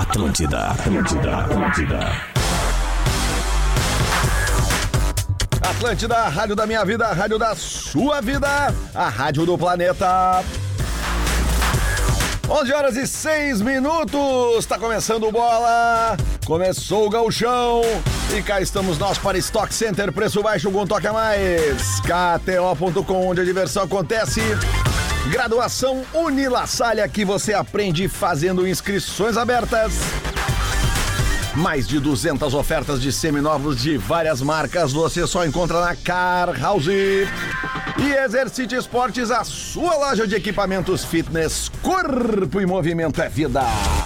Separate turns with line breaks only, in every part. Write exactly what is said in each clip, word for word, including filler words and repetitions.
Atlântida, Atlântida, Atlântida.
Atlântida, a rádio da minha vida, a rádio da sua vida, a rádio do planeta. onze horas e seis minutos, tá começando o Bola, começou o Gauchão e cá estamos nós para Stock Center, preço baixo com toque a mais, K T O ponto com, onde a diversão acontece. Graduação Unilassalle, aqui você aprende fazendo inscrições abertas. Mais de duzentas ofertas de seminovos de várias marcas você só encontra na Car House. E Exercite Esportes, a sua loja de equipamentos fitness. Corpo e movimento é vida.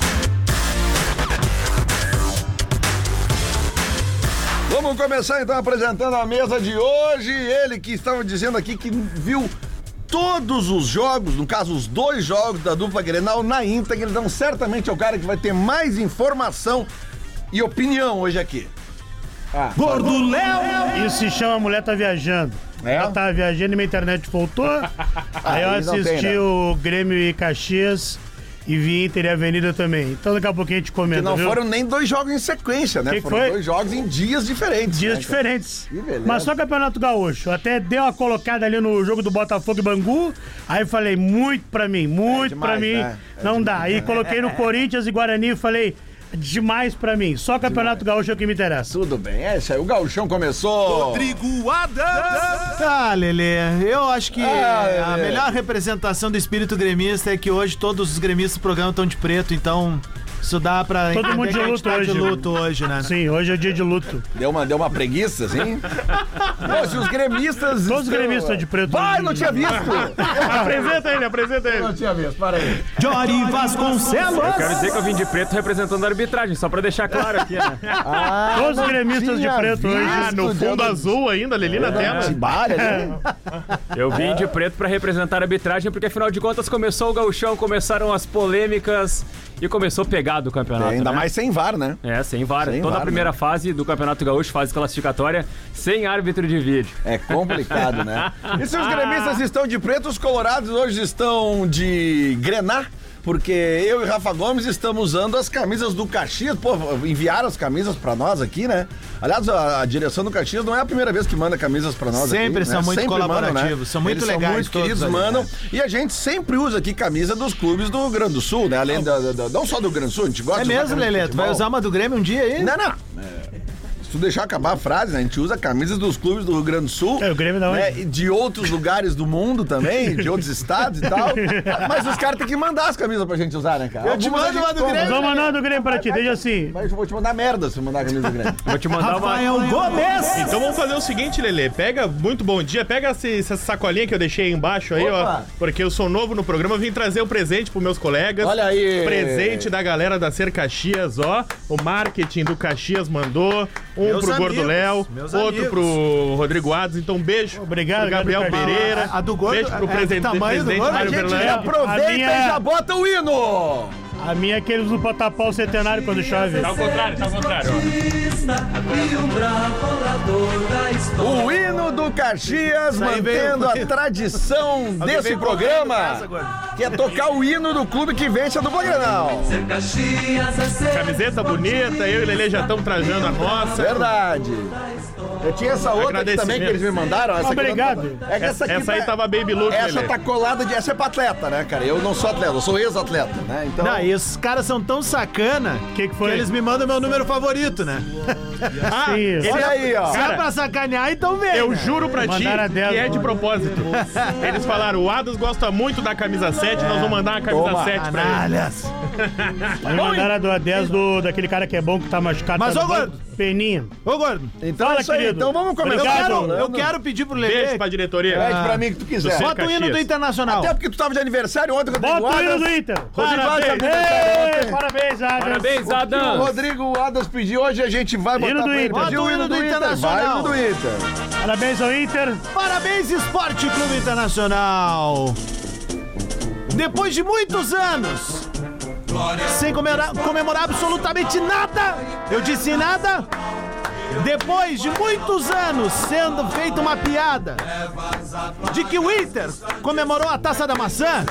Vamos começar então apresentando a mesa de hoje. Ele que estava dizendo aqui que viu todos os jogos, no caso os dois jogos da dupla Grenal na íntegra, então certamente é o cara que vai ter mais informação e opinião hoje aqui.
Ah, Gordo Léo! Isso se chama Mulher Tá Viajando.
É?
Ela tava viajando e minha internet voltou. Aí, aí eu assisti tem, né? o Grêmio e Caxias e vi Inter e Avenida também. Então daqui a pouquinho a gente comenta,
que não
viu?
foram nem dois jogos em sequência, né?
Que
foram
foi?
dois jogos em dias diferentes.
Dias
né,
diferentes.
Que beleza.
Mas só Campeonato Gaúcho. Até dei uma colocada ali no jogo do Botafogo e Bangu. Aí falei, muito pra mim, muito é demais, pra mim. Né? É não demais, dá. Aí né? coloquei no Corinthians e Guarani e falei, demais pra mim. Só Campeonato demais. Gaúcho é o que me interessa.
Tudo bem, é isso aí. O Gauchão começou.
Rodrigo Adams.
Ah, Lelê, eu acho que
ah,
a melhor representação do espírito gremista é que hoje todos os gremistas do programa estão de preto, então isso dá pra...
Todo mundo de luto,
tá
hoje.
de luto hoje, né?
Sim, hoje é dia de luto.
Deu uma, deu uma preguiça, assim? Pô, se os gremistas...
Todos os gremistas de preto.
Vai, não tinha visto!
Apresenta ele, apresenta ele.
Não tinha visto, para aí.
Jory Vasconcelos!
Eu quero dizer que eu vim de preto representando a arbitragem, só pra deixar claro aqui, né?
Ah,
todos os gremistas de preto hoje.
Ah, no fundo azul ainda, Lili na tela.
né?
Eu vim de preto pra representar a arbitragem, porque afinal de contas começou o Gauchão, começaram as polêmicas e começou a pegar do campeonato.
É, ainda
né?
mais sem V A R, né?
É, sem V A R.
Sem
Toda
V A R,
a primeira
né?
fase do Campeonato Gaúcho, fase classificatória, sem árbitro de vídeo.
É complicado, né? E se os gremistas estão de preto, os colorados hoje estão de grená? Porque eu e Rafa Gomes estamos usando as camisas do Caxias. Pô, enviaram as camisas pra nós aqui, né? Aliás, a, a direção do Caxias não é a primeira vez que manda camisas pra nós
sempre
aqui.
São
né?
muito
sempre
colaborativos,
mandam, né?
são muito
Eles
legais.
São muito queridos,
ali,
mandam.
né?
E a gente sempre usa aqui camisa dos clubes do Rio Grande do Sul, né? Além da, da, da não só do Rio Grande do Sul, a gente gosta
É
de usar
mesmo,
camisa de
Lelê? Tu vai
futebol.
usar uma do Grêmio um dia aí?
Não, não. É. Se tu deixar acabar a frase, né? A gente usa camisas dos clubes do Rio Grande do Sul.
É, o Grêmio da onde?
Né? E de outros lugares do mundo também, de outros estados e tal. Mas os caras têm que mandar as camisas pra gente usar, né, cara?
Eu te
Algumas
mando
a gente
uma do
compra.
Grêmio.
Vou mandar do Grêmio pra ti, deixa assim.
Mas eu vou te mandar merda se eu mandar a camisa do Grêmio.
Vou te mandar uma...
Rafael Gomes!
Então vamos fazer o seguinte, Lelê. Pega, muito bom dia, pega esse- essa sacolinha que eu deixei aí embaixo aí,
Opa.
ó. Porque eu sou novo no programa, eu vim trazer o presente pros meus colegas.
Olha aí.
Presente da galera da Ser Caxias, ó. O marketing do Caxias mandou. Um
Meus
pro Gordo
amigos,
Léo,
meus
outro
amigos.
pro Rodrigo Adams. Então, beijo
Obrigado,
pro Gabriel
Gabriel
Pereira.
A do Gordo
Beijo pro
é do
presidente,
tamanho do
presidente
Gordo?
Mário
A gente
Berlândia.
já aproveita
A minha-
e já bota o hino.
A minha é aqueles do Potapau Centenário quando chove.
Tá ao contrário, tá ao contrário.
O hino do Caxias,
aí
mantendo
veio-
a tradição desse
veio
programa,
correndo nessa, Gordo.
que é tocar o hino do clube que vence a dupla Grenal.
Camiseta bonita, eu e o Lelê já estamos trajando a nossa.
Verdade. Eu tinha essa outra aqui também que eles me mandaram. Essa aqui
Obrigado.
não- É que essa aqui
Essa aí
tá-
tava baby look,
Essa
Lelê.
tá colada de... Essa é pra atleta, né, cara? Eu não sou atleta, eu sou ex-atleta, né? Então...
Não, e os caras são tão sacana
Que que foi?
eles me mandam meu número favorito, né?
Ah,
Sim,
ele-
Olha aí, ó.
Se é
Cara,
pra sacanear, então vem.
eu
né?
juro pra ti
Mandaram a dela.
que é de propósito. Eles falaram, o Adams gosta muito da camisa sete, nós vamos mandar a camisa
Toma.
sete pra ele.
Canalhas.
Me mandaram a do A dez do, daquele cara que é bom, que tá machucado.
Mas,
tá
ô,
no banco.
Gordo.
Peninha.
Ô, Gordo,
Então
Fala,
é isso aí.
querido.
Então vamos começar.
eu
Obrigado.
quero,
Né?
eu quero pedir pro
Beijo
Lelê.
pra diretoria.
Pede pra mim que tu quiser.
Do
Bota o hino
Caxias.
do Internacional.
Até porque tu tava de aniversário ontem, Rodrigo
Bota o hino
Adams.
do Inter.
Rodrigo Adams
Parabéns.
tá de aniversário
Ei,
ontem.
Parabéns, Adams.
Parabéns,
O
Adams.
Rodrigo Adams pediu hoje, a gente vai botar
Hino do
pra ele.
Inter.
Pediu
Bota o hino do Internacional.
Vai, hino do Inter.
Parabéns ao Inter.
Parabéns, Esporte Clube Internacional. Depois de muitos anos, sem comemorar, comemorar absolutamente nada, eu disse nada. Depois de muitos anos sendo feita uma piada de que o Inter comemorou a Taça da Maçã.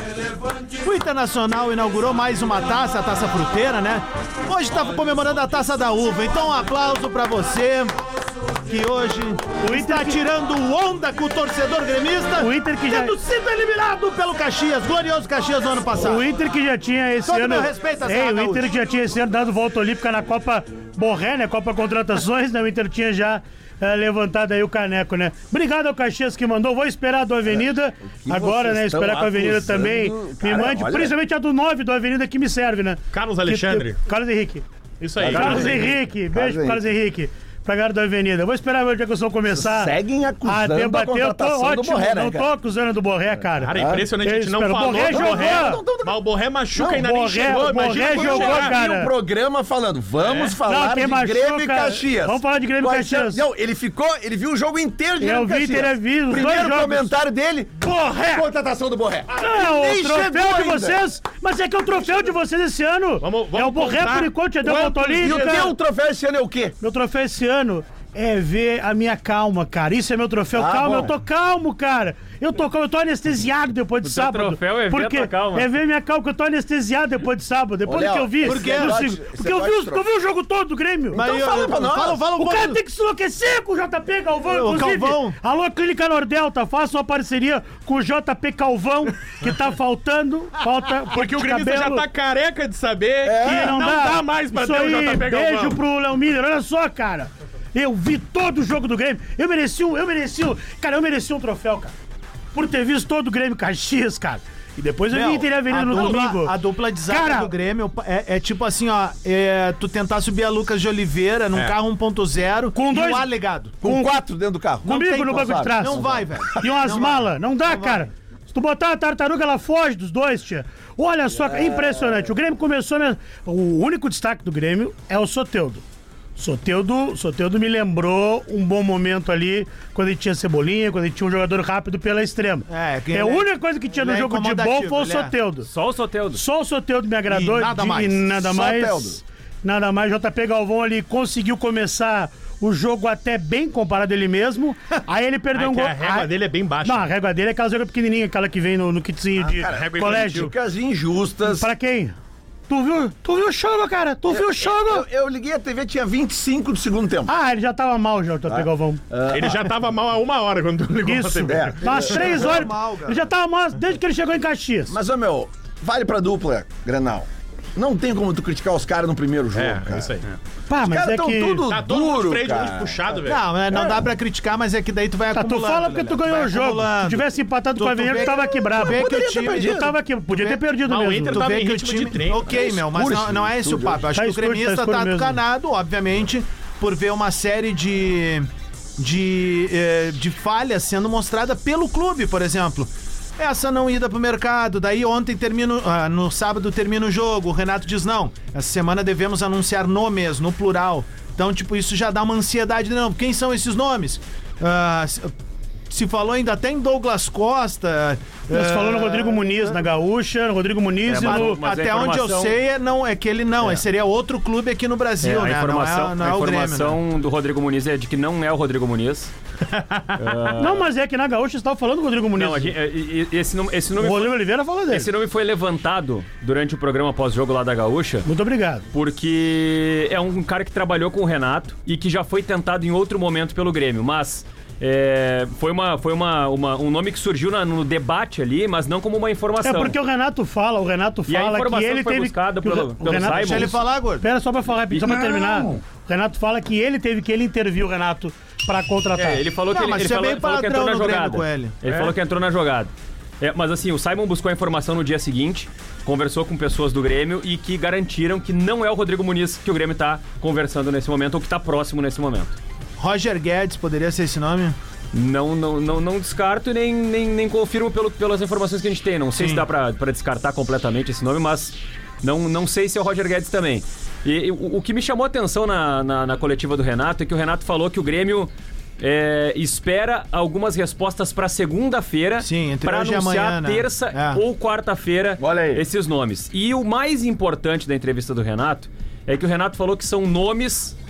O Internacional inaugurou mais uma taça, a Taça Fruteira, né? Hoje tá comemorando a Taça da Uva. Então um aplauso pra você, que hoje o Inter está que... tirando onda com o torcedor gremista.
O Inter que já...
tendo sido eliminado pelo Caxias, glorioso Caxias no ano passado.
O Inter que já tinha esse
Todo
ano...
meu respeito a
Ei, o
Gaúcha.
Inter que já tinha esse ano dado volta olímpica na Copa Borré, né? Copa Contratações, né? O Inter tinha já é, levantado aí o caneco, né? Obrigado ao Caxias que mandou. Vou esperar do Avenida agora, né? Esperar que a Avenida também
Cara,
me mande.
olha...
Principalmente a do nove do Avenida que me serve, né?
Carlos Alexandre.
Que... Carlos Henrique.
Isso aí.
Carlos,
Carlos
Henrique. Beijo pro Carlos Henrique. Pra galera da Avenida. Vou esperar ver o dia que vocês vão começar
Seguem acusando
a debater.
a
Eu tô
contratação
ótimo,
do Borré, né,
não
cara?
tô acusando do Borré, cara.
Cara, impressionante, a gente não
espero.
falou
Borré
do Borré.
jogou.
Mas o Borré machuca,
Não,
ainda
Borré-
nem chegou.
Borré
Imagina quando
jogou,
chegar.
cara.
E o programa falando, vamos
Não,
falar
quem
de
machuca-
Grêmio e Caxias.
Vamos falar de Grêmio e
Quais são-
Caxias.
Não, ele ficou, ele viu o jogo inteiro de
Eu
Grêmio e
vi,
Caxias.
ele viu os dois
Primeiro
jogos.
comentário dele,
Borré!
contratação do Borré.
Não,
Nem
o troféu
chegou
de
ainda.
vocês. Mas é que é o troféu de vocês esse ano.
Vamos- vamos
é o Borré
contar
por enquanto, já deu volta
quantos
E o
olímpica.
teu troféu esse ano é o quê?
Meu troféu esse ano é ver a minha calma, cara. Isso é meu troféu.
Ah,
calma,
bom.
eu tô calmo, cara. Eu tô calmo, eu tô anestesiado depois de
O teu
sábado.
troféu é ver
Porque
a tua calma.
É ver minha calma, porque eu tô anestesiado depois de sábado. Depois
Ô,
do que
Léo,
eu vi.
por quê?
no
Esse
seg-
negócio-
Porque eu vi,
esse
os- eu vi o jogo todo do Grêmio.
Então fala pra nós.
Fala, fala
O cara tem que se enlouquecer com o J P Galvão,
O
inclusive.
Calvão.
Alô, Clínica Nordelta, faça uma parceria com o J P Calvão, que tá faltando. Falta
Porque o
de
gremista já
cabelo.
tá careca de saber
Que não, dá.
mais pra
Isso
ter o
aí,
J P
beijo
Galvão.
pro Léo Miller. Olha só, cara. Eu vi todo o jogo do Grêmio. Eu mereci um, eu mereci um, cara, eu mereci um troféu, cara. Por ter visto todo o Grêmio Caxias, cara. E depois eu
Meu,
vim ter a Avenida
a
no
dupla-
domingo.
A dupla de zaga
Cara,
do Grêmio é, é tipo assim, ó. É, tu tentar subir a Lucas de Oliveira num
É.
carro um ponto zero
Com
e
dois-
o alegado.
Com quatro dentro do carro.
comigo
tem
no banco de
como,
trás.
Não vai, velho.
E umas
Não
malas. Não dá,
Não vai.
cara. Se tu botar uma tartaruga, ela foge dos dois, tia. Olha só, é impressionante. O Grêmio começou... Mesmo. O único destaque do Grêmio é o Soteldo. Soteldo, Soteldo me lembrou um bom momento ali, quando ele tinha Cebolinha, quando ele tinha um jogador rápido pela extrema.
É, que
É,
ele
a
é-
única coisa que tinha
ele
no
é
jogo de bom
incomodativo,
foi o
ele é.
Soteldo.
Só o Soteldo.
Só o Soteldo me agradou.
E nada
de-
mais.
E nada mais.
Soteldo.
Nada mais. J P Galvão ali conseguiu começar o jogo até bem comparado a ele mesmo. Aí ele perdeu
É
um
que
gol.
a régua
Aí-
dele é bem baixa.
Não, a régua dele é aquela joga pequenininha, aquela que vem no, no kitzinho de
régua
colégio.
Dicas injustas.
Pra quem? Tu viu? Tu viu o jogo, cara? Tu viu o jogo?
Eu, eu liguei a T V, tinha vinte e cinco do segundo tempo.
Ah, ele já tava mal já, o J P Galvão.
Ele já tava mal há uma hora quando tu ligou pra
Isso.
T V.
É.
Umas três horas.
mal, cara.
Ele já tava mal desde que ele chegou em Caxias.
Mas, ô meu, vale pra dupla, Grenal. Não tem como tu criticar os caras no primeiro jogo,
É,
cara.
é isso aí.
Pá,
Os
mas
caras
é
tão
que...
tudo
Tá todo mundo
duro,
freio de
cara.
muito puxado, velho.
Não, né, não dá pra criticar, mas é que daí tu vai
Tá, tu
acumulando.
fala porque tu
Lelé,
ganhou
vai
o jogo.
acumulando.
Se tivesse empatado
Tu-
com a
tu
Avenida,
vê
tu tava
que-
aqui brabo.
tu vê que o
Poderia ter
time-
perdido.
Tu tava aqui, podia ter perdido
Mas o
mesmo.
Inter
Tu
tava
vê
em
que o
ritmo de
time...
treino.
Ok, meu, mas
escuro
não,
esse
não é esse o
estúdio
papo. Acho
Tá
que o
escuro, tá
gremista
escuro
tá
mesmo.
tucanado, obviamente, por ver uma série de... De, eh, de falhas sendo mostrada pelo clube, por exemplo. Essa não ida pro mercado, daí ontem termina, ah, no sábado termina o jogo, o Renato diz não, essa semana devemos anunciar nomes, no plural. Então, tipo, isso já dá uma ansiedade, não, quem são esses nomes? Ah, se, se falou ainda até em Douglas Costa.
Nós
ah,
falou no Rodrigo Muniz, na Gaúcha, no Rodrigo Muniz
É,
e
mas-
no...
mas- a
até onde eu
informação-
sei, é, não, é que ele não, é. seria outro clube aqui no Brasil,
É,
né?
a informação,
não é, não é
a
o Grêmio,
informação
né?
do Rodrigo Muniz é de que não é o Rodrigo Muniz.
Não, mas é que na Gaúcha você tava falando do Rodrigo Muniz.
Não, a gente- é, e- e- esse nome, esse
O
nome, foi,
Rodrigo Oliveira falou dele.
esse nome foi levantado durante o programa pós-jogo lá da Gaúcha.
Muito obrigado.
Porque é um cara que trabalhou com o Renato e que já foi tentado em outro momento pelo Grêmio, mas é, foi, uma, foi uma, uma- um nome que surgiu na- no debate ali, mas não como uma informação.
É porque o Renato fala, o Renato
E a
fala que
informação
ele
foi
teve...
buscada
que o
pelo-
Re- o
pelo
Renato,
Simon.
Deixa ele falar, gordo.
Pera só pra falar rapidinho, só pra terminar. O Renato fala que ele teve que ele interviu o Renato pra contratar.
É, ele falou
Não,
que ele,
mas
ele
isso é
falou,
bem
falou que entrou na
padrão no Grêmio
jogada.
com ele.
Ele
É.
falou que entrou na jogada. É, mas assim, o Simon buscou a informação no dia seguinte, conversou com pessoas do Grêmio e que garantiram que não é o Rodrigo Muniz que o Grêmio tá conversando nesse momento ou que tá próximo nesse momento.
Roger Guedes, poderia ser esse nome?
Não, não, não, não descarto e nem, nem, nem confirmo pelo, pelas informações que a gente tem. Não sei
Sim.
se dá pra, pra descartar completamente esse nome, mas não, não sei se é o Roger Guedes também. E, e o, o que me chamou a atenção na, na, na coletiva do Renato é que o Renato falou que o Grêmio é, espera algumas respostas pra segunda-feira
Sim, entre
pra
hoje e
anunciar
amanhã, né?
terça
É.
ou quarta-feira
Olha aí.
esses nomes. E o mais importante da entrevista do Renato é que o Renato falou que são nomes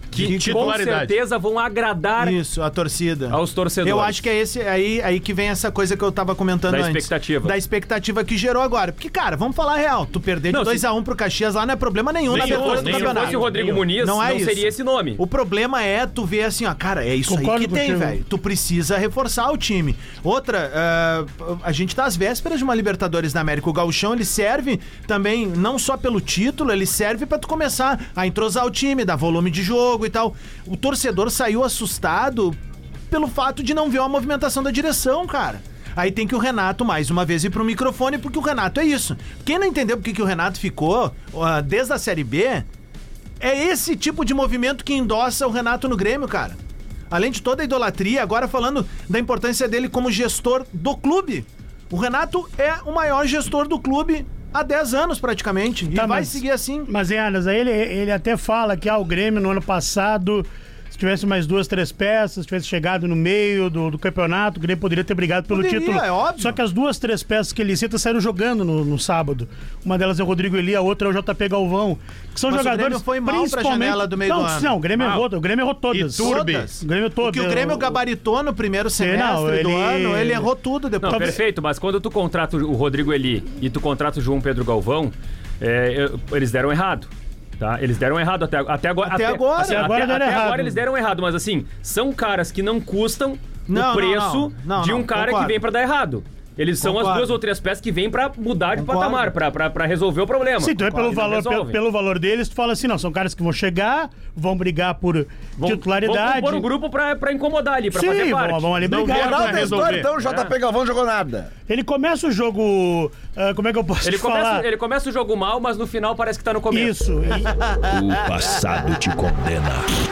que com
titularidade.
certeza vão agradar
Isso, a torcida.
aos torcedores.
Eu acho que é esse aí, aí que vem essa coisa que eu tava comentando
Da
antes.
expectativa.
Da expectativa que gerou agora. Porque, cara, vamos falar a real. Tu perder de
Não,
dois
se-
a um pro Caxias lá não é problema nenhum na
Nenhum,
abertura do
nenhum.
Se
campeonato.
fosse o Rodrigo Muniz,
Não
não,
é isso.
seria esse nome.
O problema é tu ver assim, ó, cara, é isso
Concordo
aí que tem,
contigo.
velho. Tu precisa reforçar o time. Outra, ah, a gente tá às vésperas de uma Libertadores da América. O Gauchão, ele serve também, não só pelo título, ele serve pra tu começar a entrosar o time, dar volume de jogo e tal. O torcedor saiu assustado pelo fato de não ver uma movimentação da direção, cara. Aí tem que o Renato, mais uma vez, ir pro microfone, porque o Renato é isso. Quem não entendeu porque que o Renato ficou ah, desde a Série B, é esse tipo de movimento que endossa o Renato no Grêmio, cara. Além de toda a idolatria, agora falando da importância dele como gestor do clube. O Renato é o maior gestor do clube há dez anos, praticamente. E
Tá,
vai
mas-
seguir assim.
Mas, hein, Anas, aí ele, ele até fala que ah, o Grêmio no ano passado, se tivesse mais duas, três peças, tivesse chegado no meio do, do campeonato, o Grêmio poderia ter brigado pelo
Poderia,
título.
é óbvio.
Só que as duas, três peças que ele cita saíram jogando no, no sábado. Uma delas é o Rodrigo Eli, a outra é o J P Galvão. Que são
Mas o
jogadores.
Grêmio foi mal pra
principalmente-
janela do meio
não,
do ano.
Não, o Grêmio
Mal.
errou, o Grêmio errou todas.
E Turbi.
Todas.
O Grêmio todo.
O que o Grêmio gabaritou no primeiro semestre
não,
do
ele-
ano, ele errou tudo depois.
Não, perfeito, mas quando tu contrata o Rodrigo Eli e tu contrata o João Pedro Galvão, é, eu- eles deram errado. Tá? Eles deram errado até, até agora.
Até agora.
assim,
Até agora
até,
deram
até
errado.
agora eles deram errado, mas assim, são caras que não custam
Não, não,
o preço
não. Não,
de um
não,
cara
concordo.
que vem pra dar errado. Eles são
Concordo.
as duas ou três peças que vêm pra mudar de
Concordo.
patamar, pra, pra, pra resolver o problema.
Sim, então é pelo
E não
valor, pelo,
resolvem.
pelo valor deles, tu fala assim, não, são caras que vão chegar, vão brigar por
Vão-
titularidade.
Vão pôr um grupo pra, pra incomodar ali, pra
Sim,
fazer parte.
vão, vão ali
Não
brigar.
vieram
Final
pra
da história,
resolver.
então o J P Galvão não jogou nada.
Ele começa o jogo. ah, como é que eu posso
Ele
te falar?
começa, ele começa o jogo mal, mas no final parece que tá no começo.
Isso. E-
O passado te condena.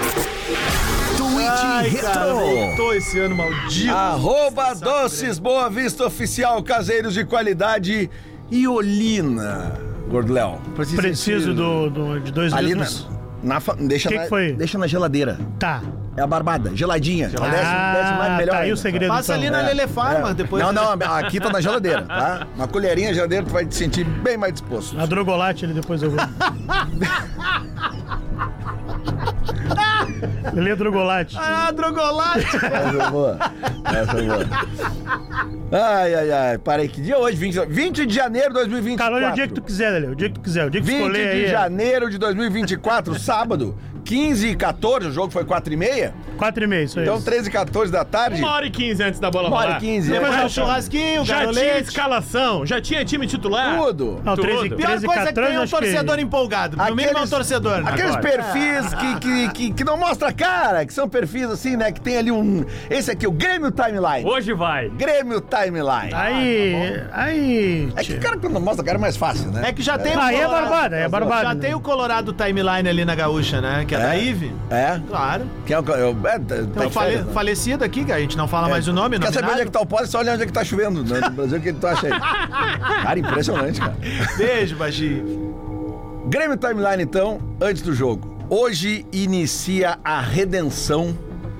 Ai,
Tweet
cara,
Retro.
voltou esse ano maldito.
Arroba Doces Boa Vista Oficial, caseiros de qualidade e Olina. Gordo
Preciso do, do- de dois
Ali na,
litros.
na fa- deixa,
Que
na,
que foi?
deixa na geladeira.
Tá.
É a barbada, geladinha. Desce, desce
Ah,
mais, melhor
tá aí
ainda.
o segredo.
Passa
então.
ali na
É,
Lele Farma,
é.
depois...
Não, não, aqui tá na geladeira, tá? Uma colherinha de geladeira, tu vai te sentir bem mais disposto.
Na Drogolate ele depois eu vou. Lelê Drogolate.
Ah, Drogolate!
Essa é boa. Essa é boa. Ai, ai, ai. Parei, que dia é hoje? vinte, vinte de janeiro de dois mil e vinte e quatro.
Cara, olha o dia que tu quiser, Lelê. O dia que tu quiser. O dia que tu
vinte
escolher
de
aí.
janeiro de dois mil e vinte e quatro, sábado, quinze e quatorze, o jogo foi quatro e meia.
Quatro e meio, isso aí.
Então, treze e quatorze da tarde.
Uma hora e quinze antes da bola
Uma hora
rolar.
e quinze.
Depois
é.
é o churrasquinho,
Já tinha
garolete.
escalação, já tinha time titular.
Tudo.
Não,
Tudo.
treze,
Pior
treze,
coisa é que
quatorze,
tem um
acho que...
torcedor empolgado. No mínimo é um torcedor.
Aqueles
Agora.
perfis que, que, que, que não mostra a cara, que são perfis assim, né? Que tem ali um. Esse aqui, o Grêmio Timeline.
Hoje vai.
Grêmio Timeline.
Aí, aí...
É que o cara quando não mostra a cara é mais fácil, né?
É que já tem o
Aí é
Colorado-
barbada, é barbada.
Já tem o Colorado Timeline ali na Gaúcha, né? Que é, da Ive.
É.
Claro.
Que é o. É, o- é, tá
Tem
de
um fale-
férias, né?
falecido aqui, que a gente não fala mais o nome,
Quer saber
nominado.
onde é que tá o pódio? Só olha onde é que tá chovendo. Né? No Brasil, o que tu acha aí? Cara, impressionante, cara.
Beijo, baixinho.
Grêmio Timeline, então, antes do jogo. Hoje inicia a redenção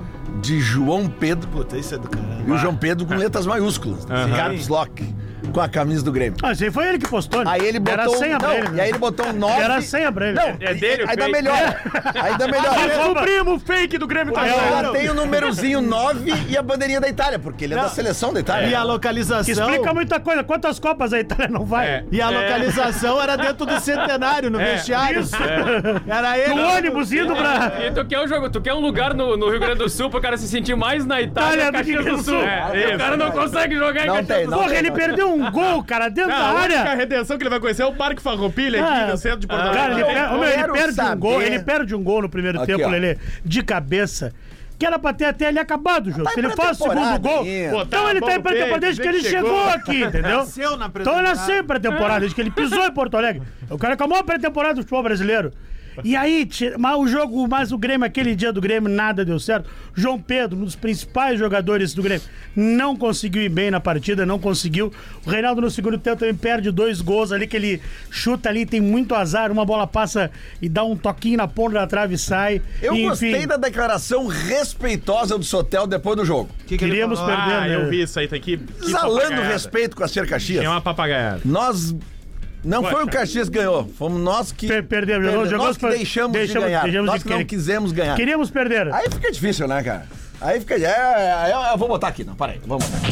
de João Pedro.
Puta, isso é do caralho.
E o João Pedro com letras maiúsculas. Caps Lock. Com a camisa do Grêmio.
Ah, esse aí foi ele que postou, né?
Aí ele botou.
Era a senha
um,
pra
não,
ele,
E
né?
aí ele botou um nove.
Era a senha pra ele.
Não,
É dele o
aí dá
fake.
melhor. Aí dá melhor.
Descobrimos o fake do Grêmio. Tá
Aí
É,
ela tem o númerozinho nove e a bandeirinha da Itália, porque ele é da seleção da Itália.
E a
Que
localização...
explica muita coisa. Quantas copas a Itália não vai?
É.
E a localização era dentro do centenário, no
É,
vestiário.
isso.
Era ele.
No ônibus indo pra...
E tu quer um jogo, tu quer um lugar no, no Rio Grande do Sul pro cara se sentir mais na Itália
Itália
que
do que
Caxias
Rio
do
do
Sul.
Sul.
É, e o cara não consegue jogar em
Não
Caxias
tem,
do
não
Sul.
Porra, ele perdeu um gol, cara, dentro
Não,
da
a única
área.
redenção que ele vai conhecer é o Parque Farroupilha
Ah,
aqui no centro de Porto
Cara,
Alegre.
ele,
Eu
per- ô, meu, ele
quero
perde um gol,
saber-
ele perde um gol no primeiro
Aqui,
tempo,
ó.
Lelê, de cabeça. Que era pra ter até ali acabado o jogo.
Tá
Se
em
ele faz o segundo
pré-temporada
gol,
ainda.
Pô, tá
então ele tá em
bom,
pré-temporada desde que ele
desde que
chegou
chegou.
aqui, entendeu?
Nasceu na
Então ele
pré-temporada.
nasceu em pré-temporada, desde que ele pisou em Porto Alegre. O cara acabou a pré-temporada do futebol brasileiro. E aí, ti- mas o jogo, mas o Grêmio, aquele dia do Grêmio, nada deu certo. João Pedro, um dos principais jogadores do Grêmio, não conseguiu ir bem na partida, não conseguiu. O Reinaldo no segundo tempo também perde dois gols ali, que ele chuta ali, tem muito azar, uma bola passa e dá um toquinho na ponta da trave e sai.
Eu
Enfim,
gostei da declaração respeitosa do Sotel depois do jogo.
Que que ele
Queríamos
falou?
perder,
Ah,
né?
eu vi isso aí, tá aqui. que
Exalando
papagaiada.
respeito com a Ser Caxias.
É uma papagaiada.
Nós Não
Poxa.
foi o Caxias que ganhou, fomos nós que
Per- perdemos, jogou-
perdemos.
jogou-
Nós que deixamos,
deixamos-
de ganhar,
deixamos
nós
de
que não
querer.
quisemos ganhar.
Queríamos perder.
Aí fica difícil, né, cara? Aí fica... É, é, eu, eu vou botar aqui, não, para aí, vamos botar.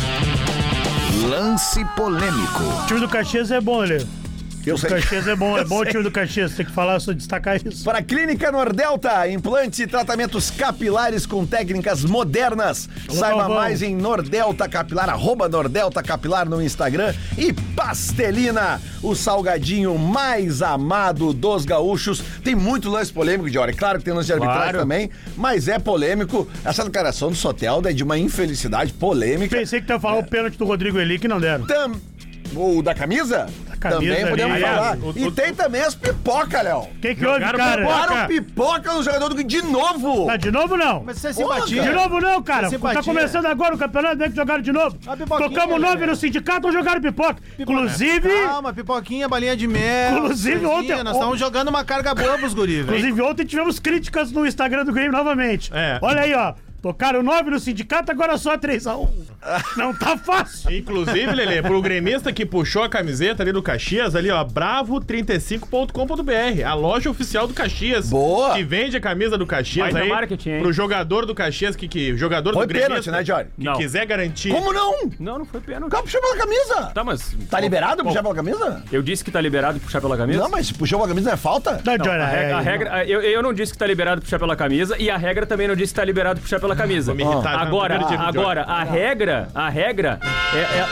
Lance polêmico.
O time do Caxias é bom, ele.
Eu
O
sei.
Caxias é bom, é
Eu
bom o
sei.
time do Caxias. Tem que falar, só destacar isso.
Para a Clínica Nordelta, implantes e tratamentos capilares com técnicas modernas.
Alô,
Saiba
Galvão.
mais em Nordelta Capilar, arroba Nordelta Capilar no Instagram. E Pastelina, o salgadinho mais amado dos gaúchos. Tem muito lance polêmico, Diori. Claro que tem lance de arbitragem
Claro.
também, mas é polêmico. Essa declaração do Soteldo é de uma infelicidade polêmica.
Pensei que tu ia falar o pênalti do Rodrigo Eli, que não deram.
Tam... O da camisa?
camisa
também
ali,
podemos
aliás,
falar.
o-
E
o-
tem também as pipoca, Léo.
O que que houve,
Jogaram
cara?
pipoca.
Para o pipoca no jogador do de novo.
Ah, de novo não.
Mas isso é
Porra,
simpatia.
De novo não, cara.
Essa
Tá
simpatia.
começando agora o campeonato, vem que jogaram de novo.
A pipoquinha,
Tocamos nove
né?
no sindicato, ou jogaram pipoca. Inclusive,
Calma, pipoquinha, balinha de mel.
Inclusive,
coisinha,
ontem-
Nós estamos jogando uma carga boa pros guris, velho.
inclusive ontem tivemos críticas no Instagram do Grêmio novamente.
É.
Olha aí, ó. Tocaram nove no sindicato, agora só três a um. Não tá fácil.
Inclusive, Lelê, pro gremista que puxou a camiseta ali do Caxias, ali, ó, bravo trinta e cinco ponto com ponto b r, a loja oficial do Caxias.
Boa.
Que vende a camisa do Caxias
Baita
aí.
marketing, hein?
Pro jogador do Caxias, que, que jogador
Foi
do gremista.
pênalti, né, Jory?
Que
Não.
quiser garantir.
Como não?
Não, não foi
O
pênalti.
cara puxou pela camisa.
Tá, mas...
Tá liberado puxar pela camisa?
Eu disse que tá liberado puxar pela camisa?
Não, mas se puxou pela camisa não é falta?
Não,
Não,
Johnny,
a regra,
é,
a regra- eu, eu não disse que tá liberado puxar pela camisa e a regra também não disse que tá liberado puxar pela camisa.
Vou me irritar já no
Agora,
primeiro tempo,
agora, a regra, a regra é, é-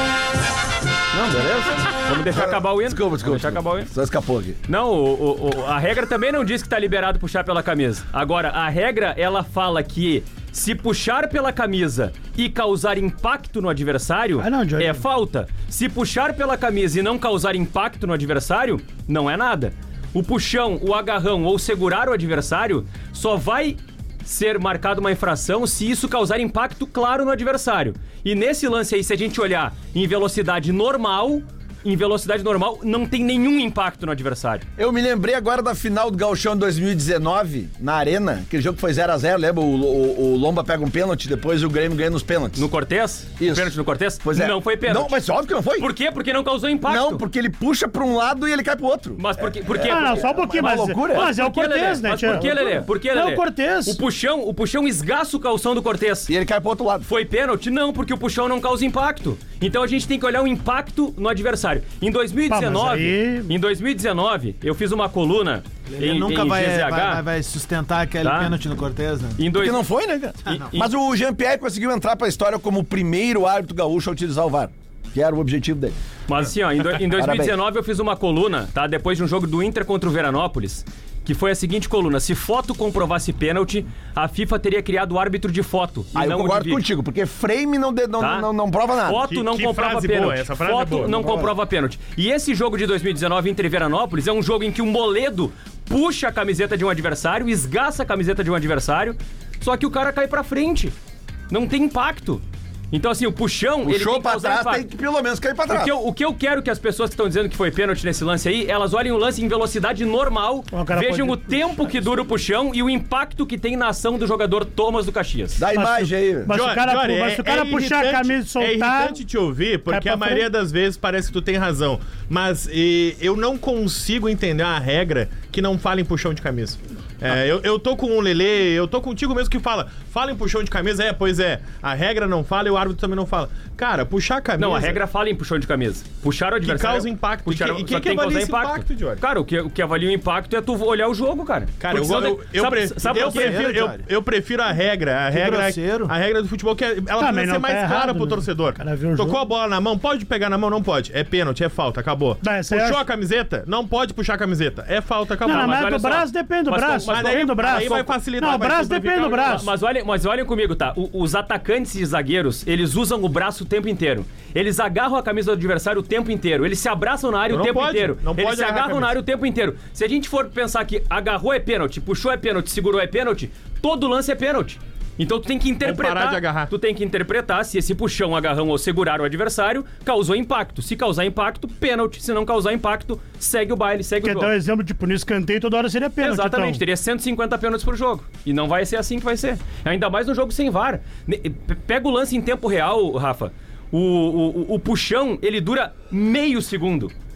Não, beleza? Vamos deixar acabar o hino.
Desculpa, desculpa.
Vamos deixar acabar o hino.
Só escapou aqui.
Não, o- o- o- a regra também não diz que tá liberado puxar pela camisa. Agora, a regra, ela fala que se puxar pela camisa e causar impacto no adversário,
Ah, não, Johnny.
é falta. Se puxar pela camisa e não causar impacto no adversário, não é nada. O puxão, o agarrão ou segurar o adversário só vai ser marcado uma infração se isso causar impacto claro no adversário. E nesse lance aí, se a gente olhar em velocidade normal, em velocidade normal, não tem nenhum impacto no adversário.
Eu me lembrei agora da final do Gauchão de dois mil e dezenove, na Arena, aquele jogo que foi zero a zero, lembra? O, o- o Lomba pega um pênalti, depois o Grêmio ganha nos pênaltis.
No Cortez?
Isso.
Pênalti no Cortez?
Pois é.
Não foi pênalti.
Não, mas óbvio que não foi.
Por quê? Porque não causou impacto.
Não, porque ele puxa pra um lado e ele cai pro outro.
Mas por quê? Por quê?
Ah, não,
Porque-
só um pouquinho,
uma
mas,
loucura.
mas é o
Por que,
Cortez,
Lelê?
né,
Mas
tia?
por que, Lelê? Por que,
É
Lelê?
o Cortez.
O puxão, o puxão esgaça o calção do Cortez.
E ele cai pro outro lado.
Foi pênalti? Não, porque o puxão não causa impacto. Então a gente tem que olhar o impacto no adversário. Em dois mil e dezenove,
Pá, mas aí-
em dois mil e dezenove, eu fiz uma coluna
Ele
em,
nunca
em
vai,
G Z
vai,
H.
vai- vai sustentar aquele
Tá.
pênalti no Cortez, né?
Em dois...
Porque não foi, né, cara?
E-
Mas o Jean-Pierre conseguiu entrar pra história como o primeiro árbitro gaúcho a utilizar o V A R, que era o objetivo dele.
Mas assim, ó, em, do- em dois mil e dezenove eu fiz uma coluna, tá? Depois de um jogo do Inter contra o Veranópolis, que foi a seguinte coluna: se foto comprovasse pênalti, a FIFA teria criado o árbitro de foto. E
Aí eu
não o de
concordo
vídeo.
contigo, porque frame não, de- não,
Tá?
não, não prova nada.
Foto
Que-
não
que
comprova
frase
pênalti.
boa, essa frase é
Foto
boa.
não comprova pênalti. E esse jogo de dois mil e dezenove Inter e Veranópolis é um jogo em que o Moledo puxa a camiseta de um adversário, esgaça a camiseta de um adversário, só que o cara cai pra frente. Não tem impacto. Então assim, o puxão, ele
Puxou
tem que
pra
causar
trás,
impacto.
tem que pelo menos cair pra
O
trás.
que, eu, o que eu quero que as pessoas que estão dizendo que foi pênalti nesse lance aí, elas olhem o lance em velocidade normal,
O cara
vejam
pode-
o tempo que dura o puxão e o impacto que tem na ação do jogador Thomas do Caxias.
Dá a
Mas
imagem aí.
Mas se o cara,
Jory,
mas se o cara puxar a
irritante-
camisa e soltar.
É irritante te ouvir, porque
pra
a maioria
frente.
das vezes parece que tu tem razão. Mas e, eu não consigo entender a regra que não fala em puxão de camisa. É, eu, eu tô com o Lelê, eu tô contigo mesmo que fala, fala em puxão de camisa, é, pois é, a regra não fala e o árbitro também não fala. Cara, puxar a camisa...
Não, a regra fala em puxão de camisa. Puxar o adversário.
causa impacto.
Puxar,
E que- e
só
quem que
tem
avalia
causar
esse impacto, Jory?
Cara, o que, o que avalia o impacto é tu olhar o jogo, cara.
Cara, eu,
Porque senão
eu,
tem-
eu,
sabe-
pre-
sabe
eu
por quê?
prefiro, eu,
Jory?
eu prefiro a regra. A regra,
grosseiro.
a regra do futebol que é- ela
Também
precisa
não
ser mais
tá
clara
errado,
pro
né?
torcedor.
O cara viu o
Tocou
jogo.
a bola na mão, pode pegar na mão? Não pode. É pênalti, é falta, acabou.
Não, essa aí eu
Puxou
acho-
a camiseta? Não pode puxar a camiseta. É falta, acabou.
Não,
mas
mas
olha
do
só.
braço depende do
Mas
braço.
com- mas
Depende
aí-
do braço.
aí vai facilitar,
Não, o
vai
braço
simplificar
depende do
o jogo.
braço.
Mas olhem, mas olhem comigo, tá? O- os atacantes e zagueiros, eles usam o braço o tempo inteiro. Eles agarram a camisa do adversário o tempo inteiro. Eles se abraçam na área
Não
o tempo
pode,
inteiro.
não
eles
pode
se
agarrar a
agarram na
camisa.
área o tempo inteiro. Se a gente for pensar que agarrou é pênalti, puxou é pênalti, segurou é pênalti, todo lance é pênalti. Então tu tem que interpretar.
parar de agarrar.
Tu tem que interpretar se esse puxão, agarrão ou segurar o adversário causou impacto. Se causar impacto, pênalti. Se não causar impacto, segue o baile, segue
Quer
o
dar um
jogo.
exemplo, tipo, no escanteio toda hora seria pênalti.
Exatamente,
então.
teria cento e cinquenta pênaltis por jogo. E não vai ser assim que vai ser. Ainda mais no jogo sem V A R. Ne- pe- Pega o lance em tempo real, Rafa. O, o, o- o puxão, ele dura meio segundo.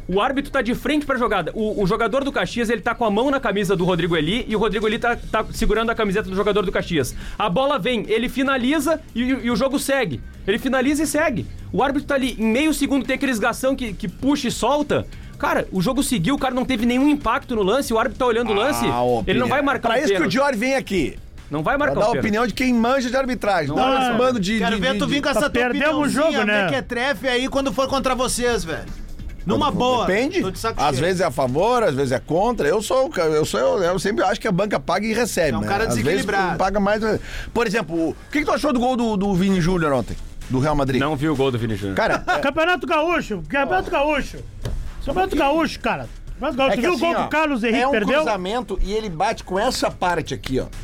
O árbitro tá de frente pra jogada. O, o jogador do Caxias, ele tá com a mão na camisa do Rodrigo Eli e o Rodrigo Eli tá, tá segurando a camiseta do jogador do Caxias. A bola vem, ele finaliza e, e o jogo segue. Ele finaliza e segue. O árbitro tá ali, em meio segundo tem aquele esgação que, que puxa e solta. Cara, o jogo seguiu, o cara não teve nenhum impacto no lance, o árbitro tá olhando o lance,
Ah,
ele não vai marcar
Pra
um
isso que o
pênalti.
Diori vem aqui.
Não vai
Pra
marcar
dar
um
a
pênalti.
opinião de quem manja de arbitragem. Não
Ah,
esse bando de...
Quero
de-
ver tu
de-
vir com essa tua
perdemos o
opiniãozinha
jogo, né?
mequetrefe aí quando for contra vocês, velho. Numa boa.
Depende.
Tô de saco
Às
cheio.
vezes é a favor, às vezes é contra. Eu sou, o ca- eu sou, eu, eu sempre acho que a banca paga e recebe.
É um
né?
cara
Às vezes
desequilibrado.
paga mais. Por exemplo, o que, que tu achou do gol do, do Vini Júnior ontem? Do Real Madrid?
Não viu o gol do Vini Júnior.
Cara, é,
Campeonato Gaúcho, Campeonato Gaúcho. Campeonato Gaúcho, cara. Campeonato Gaúcho.
é
Tu
que
viu
assim,
o gol
ó,
que o Carlos Henrique
é um
perdeu?
cruzamento e ele bate com essa parte aqui, ó.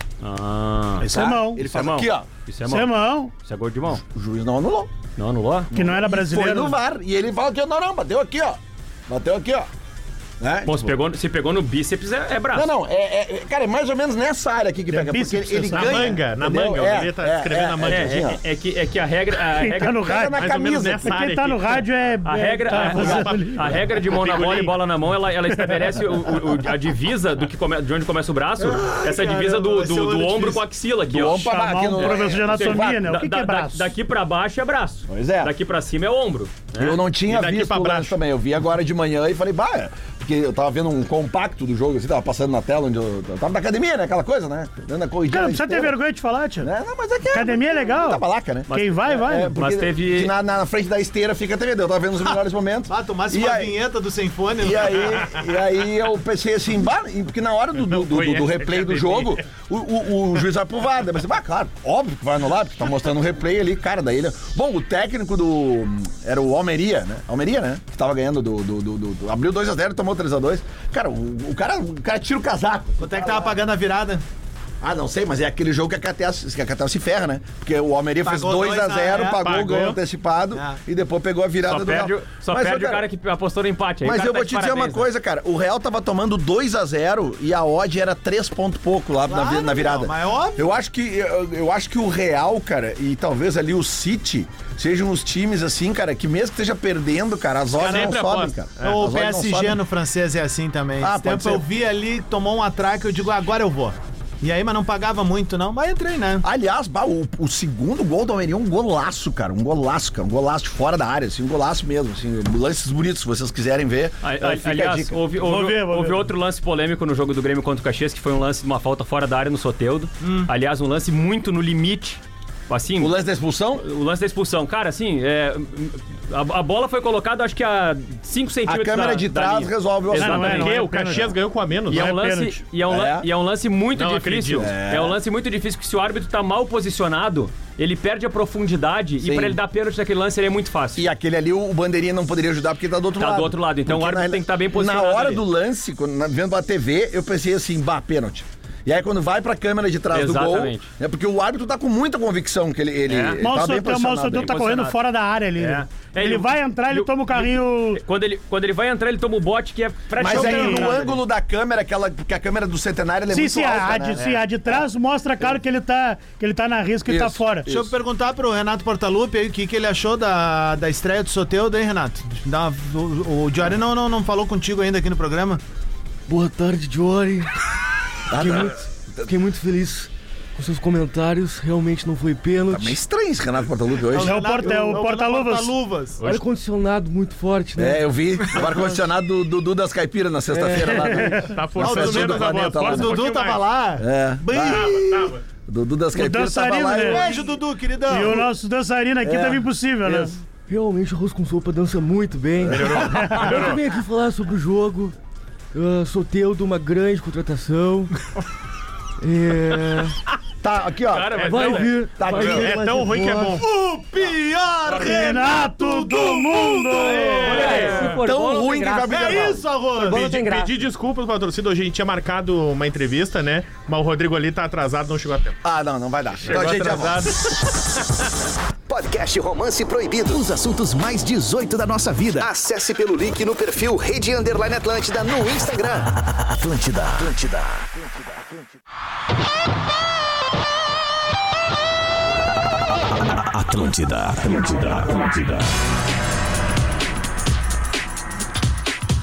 Ah,
Isso é mão.
Ele
isso é
faz
mão.
aqui, ó.
Isso é
Isso é
mão.
mão.
Isso é gol de mão.
O juiz não anulou.
Não anulou?
Que não era
Foi
brasileiro.
no V A R. E ele fala que não, não, bateu aqui, ó. Bateu aqui, ó. Né?
Pô, se pegou, se pegou no bíceps é, é braço.
Não, não, é, é- cara, é mais ou menos nessa área aqui que pega, porque
bíceps,
ele, ele
na
ganha.
manga, na
entendeu?
manga, o
É,
Lelê tá
é,
escrevendo
é,
na manga.
é,
É,
assim, ó.
é, é que, é que a regra. A
Quem
regra,
tá no
Pega
rádio,
na
mais ou menos
camisa.
nessa área
quem tá
aqui.
no rádio é...
a
é-
regra,
tá
a,
fazendo ali.
a regra de mão na bola e
Figurinha.
bola na mão, ela, ela estabelece o- o- o- a divisa do que come, de onde começa o braço. essa divisa do,
vai ser
do,
muito
do ombro
difícil.
com a axila aqui,
Do
ó.
ombro pra baixo,
Chamar
aqui
um
no-
professor de
é,
anatomia, né? O
Da-
que, que
da-
é braço?
daqui pra baixo é braço.
Pois é.
Daqui pra cima é ombro. né?
Eu não tinha
E daqui
visto
pra
o lance
baixo?
também. Eu vi agora de manhã e falei, bah, é. Porque eu tava vendo um compacto do jogo, assim, tava passando na tela onde eu, eu tava na academia, né? Aquela coisa, né? Dando a corridinha.
Cara, não
na
precisa ter
esteira.
vergonha de falar, tia.
Né? Não, mas é que é.
Academia é legal.
Tá balaca, né?
Quem vai, vai.
É, porque
Mas teve-
que Na, na frente da esteira fica a T V. Eu tava vendo os melhores momentos.
Ah, tomasse
E
uma
aí-
vinheta do Sem Fone.
E aí, e aí eu pensei assim, bah, e porque na hora do, do, do, do- do replay do jogo, o, o, o juiz vai pro V A R. Daí eu pensei, bah, claro, óbvio que vai anular, porque tá mostrando o replay ali, cara, daí ele... Bom, o técnico do... Era o Almeria, né? Almeria, né? Que tava ganhando do... do, do, do- do- abriu dois a zero, tomou três a dois. Cara, o, o cara, o cara tira o casaco.
Quanto é que tava pagando a virada?
Ah, não sei, mas é aquele jogo que a Catel, que a Catel se ferra, né? Porque o Almeria fez
Pagou
dois a
dois a
zero,
zero,
pagou o
pagou.
gol antecipado
É.
e depois pegou a virada
Só
do
perde,
Real.
o- só
Mas,
perde
ô,
o cara que apostou no empate. Aí o
Mas
cara
eu
tá
vou
de
te dizer uma
parabéns, né?
coisa, cara. O Real tava tomando dois a zero e a odd era três ponto pouco lá na, vi-
Claro,
na virada.
não, mas é óbvio.
Eu acho que eu, eu acho que o Real, cara, e talvez ali o City sejam os times assim, cara, que mesmo que esteja perdendo, cara, as odds não
sempre
sobem,
aposta.
cara.
O
As odds não
P S G
sobem.
no francês é assim também.
Ah,
Esse
pode
tempo
ser.
eu vi ali, tomou um atraque, eu digo, agora eu vou. E aí, mas não pagava muito, não. Mas entrei, né?
Aliás, bah, o, o segundo gol do Almeria é um golaço, cara. Um golaço, cara. Um golaço de fora da área, assim, um golaço mesmo. Assim, lances bonitos, se vocês quiserem ver.
A-
eh,
a-
fica a
aliás,
dica.
houve,
Vou
houve,
ver, vou
houve
ver.
outro lance polêmico no jogo do Grêmio contra o Caxias, que foi um lance de uma falta fora da área no Soteldo. Aliás, um lance muito no limite. Assim,
O lance da expulsão?
o lance da expulsão. Cara, assim, é, a, a bola foi colocada, acho que a cinco
A
centímetros
câmera
da-
de
da
trás
linha.
resolve o assunto.
Não, não é,
Porque
não é
o
pênalti.
Caxias ganhou com a menos,
E é,
né?
um lance,
pênalti.
e, é um, lan-
É.
e é um lance muito
Não
difícil.
acredito.
É. um lance muito difícil, que se o árbitro tá mal posicionado, ele perde a profundidade
Sim.
e pra ele dar pênalti naquele lance, ele é muito fácil.
E aquele ali, o bandeirinha não poderia ajudar porque ele tá do outro
Tá
lado.
do outro lado, então
Porque
o árbitro
na-
tem que estar bem
Na
posicionado
hora
ali.
do lance, quando, na- vendo a T V, eu pensei assim, bah, pênalti. E aí quando vai pra câmera de trás
Exatamente.
do gol, é porque o árbitro tá com muita convicção que ele, ele,
É.
ele
Mal
tá bem
Sotel, Mal
posicionado.
Sotel
aí.
tá correndo
posicionado.
fora da área ali.
É.
né?
É,
Ele
e o-
vai entrar, ele
e o-
toma o carrinho...
Quando ele, quando ele vai entrar, ele toma o bote que é
Mas
praticamente...
aí no
entrada ali.
ângulo da câmera, aquela, porque a câmera do Centenário ela é
Sim,
muito
sim,
alta,
a,
né?
de, sim, a de trás mostra, claro, que ele tá, que ele tá na risca e tá
Isso.
fora.
Deixa eu perguntar pro Renato Portaluppi aí o que, que ele achou da, da estreia do Soteldo, hein, Renato? Dá uma- o o Diori não, não, não falou contigo ainda aqui no programa?
Boa tarde, Jory.
Ah,
Fiquei,
tá.
muito, fiquei muito feliz com seus comentários. Realmente não foi
Tá
pênalti.
meio estranho esse Renato Portaluppi hoje.
É o porta- é o porta-luvas.
porta-luvas.
Ar-condicionado muito forte, né?
É, eu vi o ar-condicionado do Dudu das Caipiras na sexta-feira lá. né?
Tá forçando
Festa do
menos a voz.
planeta lá.
O
Força um
Dudu
pouquinho
tava
mais.
lá.
É.
Bem...
Tava, tava.
O Dudu das Caipiras tava
dançarino,
lá.
né?
eu-
Beijo, Dudu, queridão.
E o nosso dançarino aqui
É.
tava impossível, né?
Isso.
Realmente, arroz com sopa dança muito bem. Eu também aqui falar sobre o jogo. Uh, Soteldo, uma grande contratação. É,
Tá, aqui ó.
Cara, mas
vai
não,
vir.
Tá
vai
aqui.
vir
É
mais
tão ruim que é
reforços.
bom.
O pior
Renato do mundo!
Se for
Tão
bom, não
ruim
tem
que
graça.
vai
É
brigar.
isso, Arroz.
Bom, não tem
Pedi,
graça.
pedi desculpas pra torcida. Hoje a gente tinha marcado uma entrevista, né? Mas o Rodrigo ali tá atrasado, não chegou a tempo.
Ah, não, não vai dar. Então a gente já volta.
Podcast Romance Proibido. Os assuntos mais dezoito da nossa vida. Acesse pelo link no perfil Rede Underline Atlântida no Instagram. Atlântida, Atlântida. Atlântida, Atlântida, Atlântida.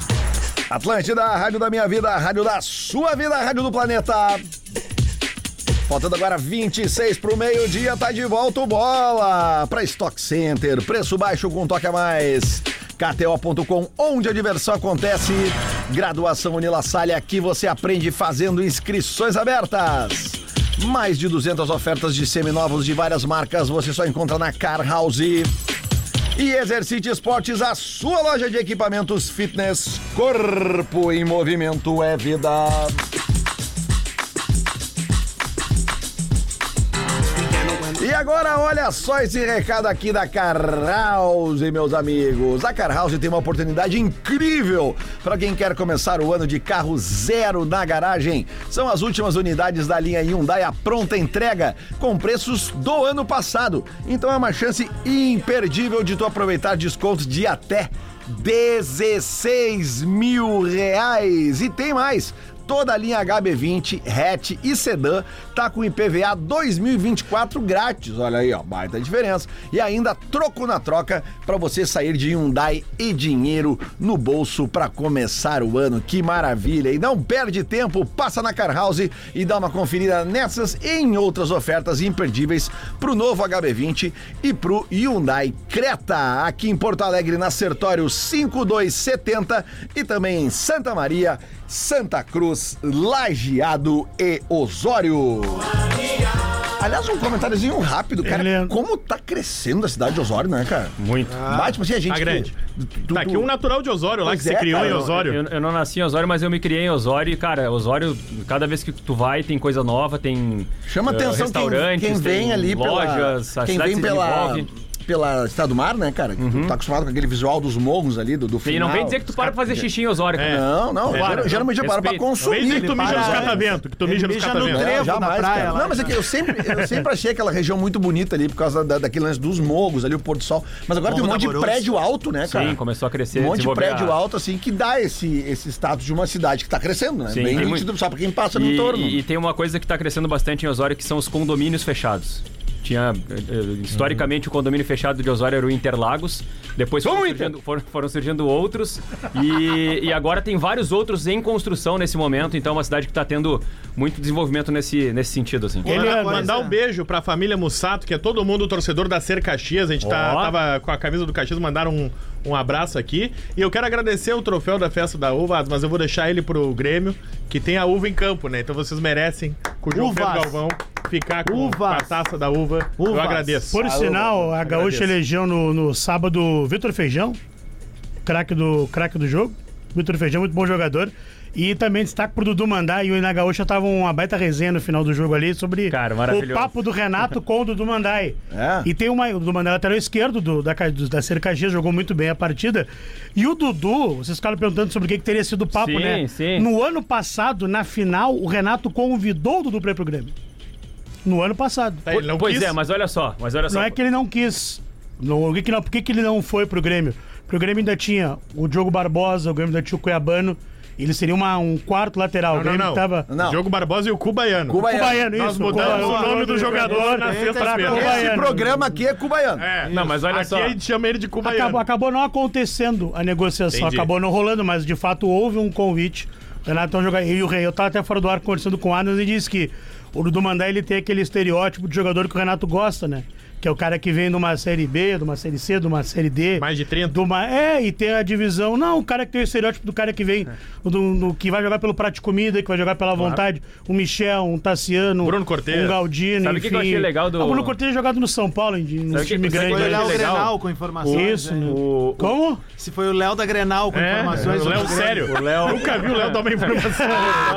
Atlântida, a rádio da minha vida, a rádio da sua vida, a rádio do planeta. Faltando agora vinte e seis pro meio-dia, tá de volta o Bola pra Stock Center. Preço baixo com toque a mais. K T O ponto com, onde a diversão acontece. Graduação Unila Salle, aqui você aprende fazendo inscrições abertas. Mais de duzentas ofertas de seminovos de várias marcas você só encontra na Car House. E Exercite Esportes, a sua loja de equipamentos fitness. Corpo em movimento é vida. E agora, olha só esse recado aqui da Car House, meus amigos. A Car House tem uma oportunidade incrível para quem quer começar o ano de carro zero na garagem. São as últimas unidades da linha Hyundai à pronta entrega, com preços do ano passado. Então é uma chance imperdível de tu aproveitar descontos de até dezesseis mil reais. E tem mais. Toda a linha H B vinte, hatch e sedã tá com I P V A dois mil e vinte e quatro grátis. Olha aí, ó, baita diferença. E ainda troco na troca para você sair de Hyundai e dinheiro no bolso para começar o ano. Que maravilha! E não perde tempo, passa na Car House e dá uma conferida nessas e em outras ofertas imperdíveis pro novo H B vinte e pro Hyundai Creta. Aqui em Porto Alegre, na Sertório cinco dois setenta e também em Santa Maria, Santa Cruz, Lajeado e Osório. Aliás, um comentáriozinho rápido, cara.
Ele...
Como tá crescendo a cidade de Osório, né, cara?
Muito.
Ah, tipo assim, a gente...
Tá grande.
Tu, tu,
Tá aqui um natural de Osório lá,
Pois
que
é,
se criou
cara,
em Osório.
Eu, eu não nasci em Osório, mas eu me criei em Osório e, cara, Osório, cada vez que tu vai, tem coisa nova, tem
Chama
uh,
atenção quem,
restaurantes,
quem vem
tem
ali
lojas,
pela...
a
Quem
cidade
vem
se
pela...
desenvolve.
Pela Estado do Mar, né, cara? Que tu tá acostumado com aquele visual dos morros ali, do, do
E
final.
não vem dizer que tu para pra fazer xixi em Osório, cara.
É.
Não, não.
É,
geral-
não.
geralmente eu paro pra
Respeito.
consumir.
Vem dizer que tu mija nos
Para-
cataventos, que tu
Ele
mija nos
mija no
cataventos.
trevo.
Não, jamais,
na praia
cara.
lá.
Não, mas é que eu sempre, eu sempre achei aquela região muito bonita ali por causa da, daquele lance dos morros ali, o pôr do sol. Mas agora tem um
Morro
monte
da
de
Borouça.
prédio alto, né, cara?
Sim, começou a crescer,
Um monte de
desenvolver
prédio
a-
alto, assim, que dá esse, esse status de uma cidade que tá crescendo, né?
Sim,
Bem
tem
nítido,
muito.
só pra quem passa no
E,
entorno.
e tem uma coisa que tá crescendo bastante em Osório, que são os condomínios fechados. Tinha, eh, historicamente, o condomínio fechado de Osório era o Interlagos. Depois foram surgindo, foram, foram surgindo outros. E, e agora tem vários outros em construção nesse momento. Então é uma cidade que está tendo muito desenvolvimento nesse, nesse sentido, assim.
Ele
Mandar,
é-
mandar um beijo pra família Mussato, que é todo mundo torcedor da Ser Caxias. A gente tá,
Ó.
tava com a camisa do Caxias, mandaram um, um abraço aqui. E eu quero agradecer o troféu da Festa da Uva, mas eu vou deixar ele pro Grêmio, que tem a uva em campo, né? Então vocês merecem, com o João
Uvas.
Pedro Galvão, ficar com, com a
Uvas.
taça da uva. Eu
Uvas.
agradeço.
Por sinal, a Gaúcha
Agradeço.
elegeu no, no sábado o Vitor Feijão, craque do, craque do jogo. Vitor Feijão, muito bom jogador. E também destaque pro Dudu Mandá e o Na Gaúcha tava uma baita resenha no final do jogo ali sobre
Cara,
o
maravilhoso.
papo do Renato com o Dudu Mandai.
É.
E tem uma, o Dudu Mandai lateral esquerdo do, da, do, da Ser Caxias, jogou muito bem a partida. E o Dudu, vocês ficaram perguntando sobre o que, que teria sido o papo,
Sim,
né?
sim.
No ano passado, na final, o Renato convidou o Dudu pra ir pro Grêmio. No ano passado.
Tá, ele não
Pois
quis.
é, mas olha só, mas olha só.
Não é que ele não quis. Não, por que, que não, por que, que ele não foi pro Grêmio? Porque o Grêmio ainda tinha o Diogo Barbosa, o Grêmio ainda tinha o Cuiabano. Ele seria uma, um quarto lateral.
Não,
o Grêmio
não, não.
tava.
Não.
Diogo Barbosa e o Cubaiano.
Cubaiano.
Cubaiano,
Nós
isso.
mudamos
Cuba-
o nome do jogador na
pra
sexta-feira.
Cubaiano.
Esse programa aqui é cubaiano.
É,
Não, mas olha
aqui
só.
a gente chama ele de Cubaiano.
Acabou, acabou não acontecendo a negociação,
Entendi.
acabou não rolando, mas de fato houve um convite. O Renato é um jogador. E o Rei, eu tava até fora do ar conversando com o Adams e disse que o Dudu Mandai ele tem aquele estereótipo de jogador que o Renato gosta, né? Que é o cara que vem de uma série B, de uma série C, de uma série D.
Mais de trinta.
De uma, é, e tem a divisão. Não, o cara que tem o estereótipo do cara que vem, do, do- que vai jogar pelo prato de comida, que vai jogar pela vontade. Um Michel, um Tassiano,
Bruno Cortez.
um Galdino,
Sabe o
enfim.
que que eu achei legal do-
Ah, o Bruno Cortez é jogado no São Paulo, em um
Sabe o que-
time
sabe o que
grande.
Foi
eu
olhar o
achei legal?
Grenal com informações.
Isso,
né?
né?
O,
Como?
Se foi o Léo da Grenal com
É,
informações.
o Léo
sobre Grêmio.
sério.
O Léo-
Nunca vi o Léo dar uma informação.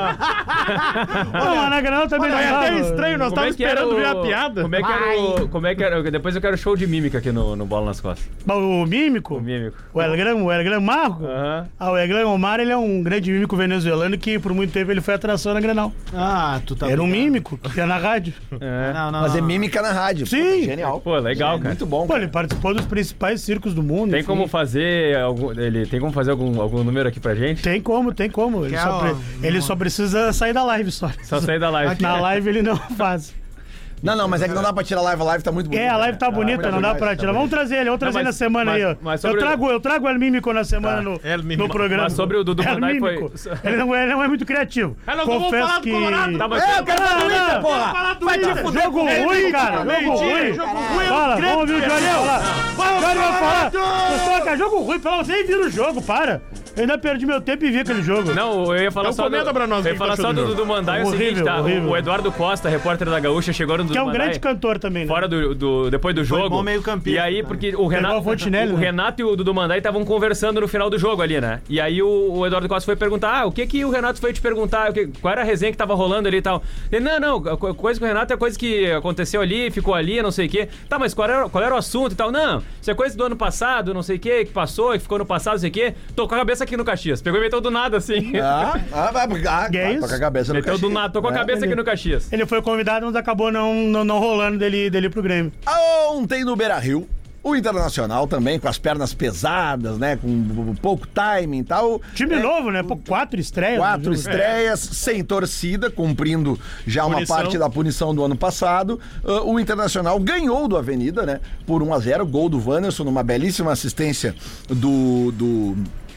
Não, mas na Granal também
Olha,
não
é
tava.
até estranho, nós
Como é
estávamos
que era
esperando
o-
ver a piada.
Como é que era o, como é que era, depois eu quero show de mímica aqui no, no Bola nas Costas.
O mímico?
O mímico.
O Elgram, o Elgram Marco?
Aham.
Ah, o Elgram Omar, ele é um grande mímico venezuelano que por muito tempo ele foi atração na Granal.
Ah, tu tá
Era um
ligado.
mímico que ia na rádio.
É.
Não, não,
Fazer
não.
mímica na rádio.
Sim.
Genial.
Pô, legal, cara.
Muito bom.
Pô, ele participou dos principais circos do mundo.
Tem
enfim.
como fazer algum, ele tem como fazer algum, algum número aqui pra gente?
Tem como, tem como. Ele,
Quer,
só, pre-
ó,
ele só precisa sair da live só.
Só sair da live.
Na live ele não faz.
Não, não, mas é que não dá pra tirar a live, a live tá muito bonita.
É, a live tá bonita, não dá pra tirar. Vamos trazer ele, vamos trazer ele na semana aí, ó. Eu trago, eu trago o El Mímico na semana no, no programa.
Mas sobre o Dudu Mandai foi...
Ele não é, não é muito criativo.
Confesso que...
É, eu quero falar do Inter, porra! Vai te fuder! Jogo ruim, cara! Jogo ruim! Fala, vamos ouvir o Joriel lá. O Joriel vai falar. Jogo ruim, pelo menos nem vira o jogo, para! Eu ainda perdi meu tempo e vi aquele jogo.
Não, eu ia falar
então
só do,
pra nós,
eu ia falar só do Dudu Mandai, é o seguinte, tá? O Eduardo Costa, repórter da Gaúcha, chegou no Dudu
Que é um
Mandai,
grande cantor também, né?
Fora do, do depois do jogo.
Bom meio campista,
e aí, porque o Renato,
Fontenelle,
o
né?
Renato e o Dudu Mandai estavam conversando no final do jogo ali, né? E aí o, o Eduardo Costa foi perguntar, ah, o que que o Renato foi te perguntar, o que, qual era a resenha que tava rolando ali e tal. Ele, não, não, a coisa com o Renato é coisa que aconteceu ali, ficou ali, não sei o quê. Tá, mas qual era, qual era o assunto e tal? Não, isso é coisa do ano passado, não sei o quê, que passou, que ficou no passado, não sei o quê. Tô com a cabeça aqui no Caxias. Pegou e meteu do nada, assim.
Ah, ah vai, ah,
Que é isso?
Tô com a cabeça no
Meteu do
Caxias.
nada, tô com a cabeça aqui no Caxias.
Ele foi convidado, mas acabou não, não, não rolando dele, dele pro Grêmio.
Ontem no Beira-Rio, o Internacional também, com as pernas pesadas, né? Com pouco timing e tal.
Time
É,
novo, né? Pô, quatro estreias.
Quatro
no jogo.
estreias, sem torcida, cumprindo já uma
Punição.
parte da punição do ano passado. Uh, o Internacional ganhou do Avenida, né? Por um a zero, gol do Wanderson, numa belíssima assistência do... do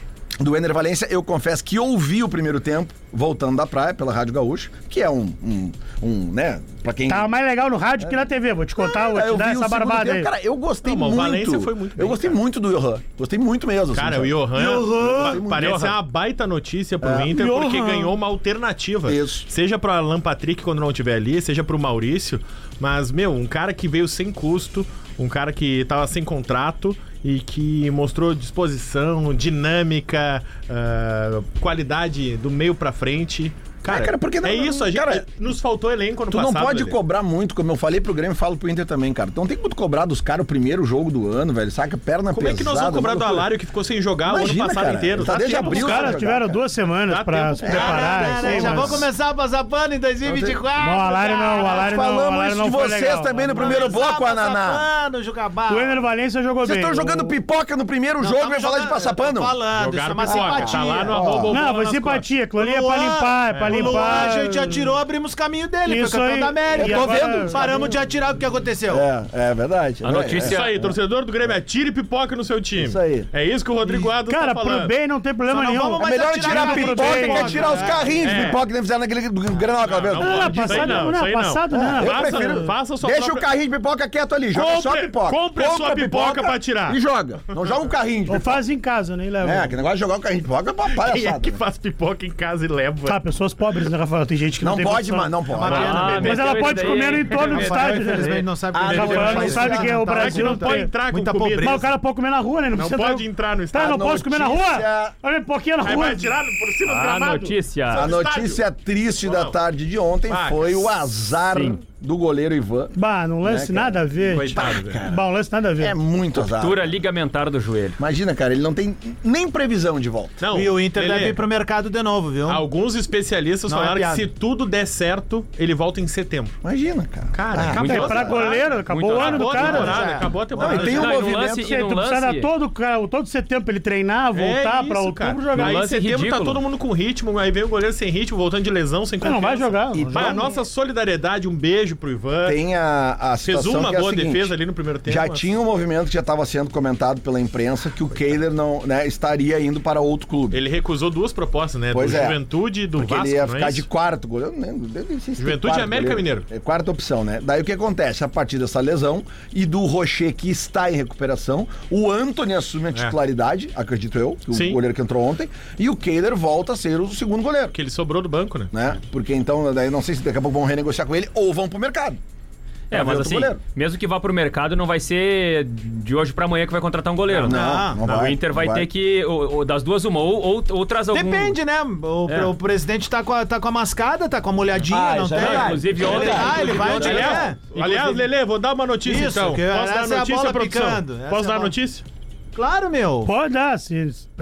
do Ener Valencia. Eu confesso que ouvi o primeiro tempo, voltando da praia, pela Rádio Gaúcha, que é um, um, um né, pra quem...
Tava mais legal no rádio que na T V, vou te contar, vou
Ah,
te
eu
dar
vi o
essa
segundo
barbada
tempo.
aí.
Cara, eu gostei
Não, mas o
muito.
Valência foi muito bem,
eu gostei
cara.
muito do Johan. Gostei muito mesmo.
Cara,
assim,
o
sabe?
Johan pa- parece
Johan.
uma baita notícia pro
É.
Inter, porque
Johan.
ganhou uma alternativa.
Isso.
Seja pro Alan Patrick quando não estiver ali, seja pro Maurício. Mas, meu, um cara que veio sem custo, um cara que tava sem contrato e que mostrou disposição, dinâmica, ah, qualidade do meio pra frente. Cara,
É, cara, porque não-
é isso, a gente
cara,
nos faltou elenco no
Tu
passado.
não pode
Lelê.
cobrar muito, como eu falei pro Grêmio, falo pro Inter também, cara. Tu não tem como tu cobrar dos caras o primeiro jogo do ano, velho. Saca? Perna
Como
pesada.
é que nós vamos cobrar do
loucura.
Alário que ficou sem jogar o
Imagina,
ano passado
cara,
inteiro?
tá
Dá
desde
tempo
abril,
Os
dos
caras
jogar,
tiveram
cara.
duas semanas
Dá
pra
tempo.
se
É,
preparar.
É,
sei,
já
mas-
vou começar a passar pano em dois mil e vinte e quatro.
Não, o Alário não, o Alário não, o
Falamos
Alário
isso
não
de
foi
vocês
legal.
também no primeiro bloco, Ananá.
Pano, Jugabá.
O Ener Valencia jogou
Vocês
bem.
estão jogando
O-
pipoca no primeiro
Não,
jogo e
tamo
vai falar de
jogando-
passar pano?
tô falando, isso é
Jogaram
uma
pipoca,
simpatia.
tá lá no
Ó.
arroba
Não,
bola
foi
nas
simpatia. Aquilo ali é
O
pra
Luan-
limpar, é pra
O Luan,
limpar.
a gente atirou, abrimos caminho dele.
Isso
foi campeão
aí.
da América.
E
Eu tô
agora-
vendo.
Paramos de atirar, o que aconteceu?
É, é verdade.
A
É,
notícia-
Isso aí, torcedor do Grêmio, atire pipoca no seu time.
Isso aí.
É isso que o Rodrigo Adams
Cara,
tá falando.
pro bem não tem problema
Só não
nenhum.
vamos
É
mais
melhor
atirar
tirar
pro
pipoca
bem,
que
pô,
atirar os
é.
carrinhos de
É.
pipoca que nem fizeram naquele do Grenal aquela vez.
Não,
Não,
pode, isso aí
passado
não,
não,
isso aí não.
passado não.
Eu
Faça-
prefiro.
faça sua
Deixa
própria-
o carrinho de pipoca quieto ali, joga só
Compre-
pipoca.
compre a sua pipoca pra tirar.
E joga. Não joga o carrinho de
Ou
pipoca.
faz em casa, né? E leva.
É, que negócio de jogar o carrinho de pipoca é pra
Quem é
palhaçada.
que
né?
faz pipoca em casa e leva?
Tá, pessoas pobres, né, Rafael? Tem gente que não,
Não
tem
pode,
condição.
mas não pode.
Uma pena,
Ah,
bebê.
Mas ela
meteu
pode
isso
comer
daí.
no entorno do
Rafael,
estádio, né?
infelizmente, não sabe
Ah,
comer.
não,
Ele
não
faz
sabe
isso,
que é o
tá-
Brasil
não pode entrar com
muita
comida.
pobreza.
Mas o cara pode comer na rua, né? Não,
Não
precisa
pode entrar no
Tá,
estádio.
não posso comer na rua?
notícia-
Olha, pouquinho na
Aí
rua.
vai tirar por cima do
A
gramado.
notícia.
A
no
notícia triste da
Não.
tarde de ontem
Ah,
foi o azar
sim.
do goleiro Ivan.
Bah, não lance
Né, cara?
nada a ver.
Coitado, velho.
Bah, não lance nada a ver.
É muito azar.
Ruptura ligamentar do joelho.
Imagina, cara, ele não tem nem previsão de volta.
Não,
E o Inter
Lelê,
deve ir pro mercado de novo, viu?
Alguns especialistas
Não é
falaram que
piada.
se tudo der certo, ele volta em setembro.
Imagina, cara.
Cara, acabou.
muito
É pra goleiro, acabou
Muito
o ano do
Acabou a
cara.
temporada,
já.
acabou a temporada.
Não, e tem um
Não, e no
movimento
lance-
Você,
e no
tu precisa
lance-
dar todo, cara, todo setembro pra ele treinar, voltar
É
pra
isso,
outubro
cara.
jogar.
Aí em
lance
setembro tá
ridículo.
todo mundo com ritmo, aí vem o goleiro sem ritmo, voltando de lesão, sem
Não, não
confiança.
vai jogar.
E
não
Vai, a
joga.
nossa solidariedade, um beijo pro Ivan.
Tem a, a
Fez
situação
uma
que é a
boa
seguinte,
defesa ali no primeiro tempo.
Já
mas-
tinha um movimento que já estava sendo comentado pela imprensa que o Kehler não, né, estaria indo para outro clube.
Ele recusou duas propostas, né?
Pois
do
é.
Juventude e do
Porque
Vasco,
ele ia
não é
ficar
isso?
de quarto goleiro. Né? Nem sei se tem
Juventude
quarto
e América
goleiro.
Mineiro.
É quarta opção, né? Daí o que acontece? A partir dessa lesão e do Rocher que está em recuperação, o Antony assume a titularidade, acredito eu, que o
Sim.
goleiro que entrou ontem, e o Kehler volta a ser o segundo goleiro.
Que ele sobrou do banco, né?
Né? Porque então, daí não sei se daqui a pouco vão renegociar com ele ou vão pro mercado.
É,
Pra ver
mas
outro
assim,
goleiro.
mesmo que vá pro mercado, não vai ser de hoje pra amanhã que vai contratar um goleiro.
Não, não
O
vai,
Inter vai,
não vai.
ter que, ou, ou das duas uma, ou, ou, ou traz algum...
Depende, né? O,
É.
o presidente tá com, a, tá com a mascada, tá com a molhadinha,
Ah,
não
isso é
tem?
verdade.
Inclusive ontem...
Ah, ele vai onde
inclusive ontem-
quer.
Aliás, Lelê, vou dar uma notícia
Isso,
então.
que
Posso
essa
dar
é a
a notícia,
bola
produção?
picando, essa
Posso
é
dar
a
a
bola.
notícia?
Claro, meu.
Pode dar, se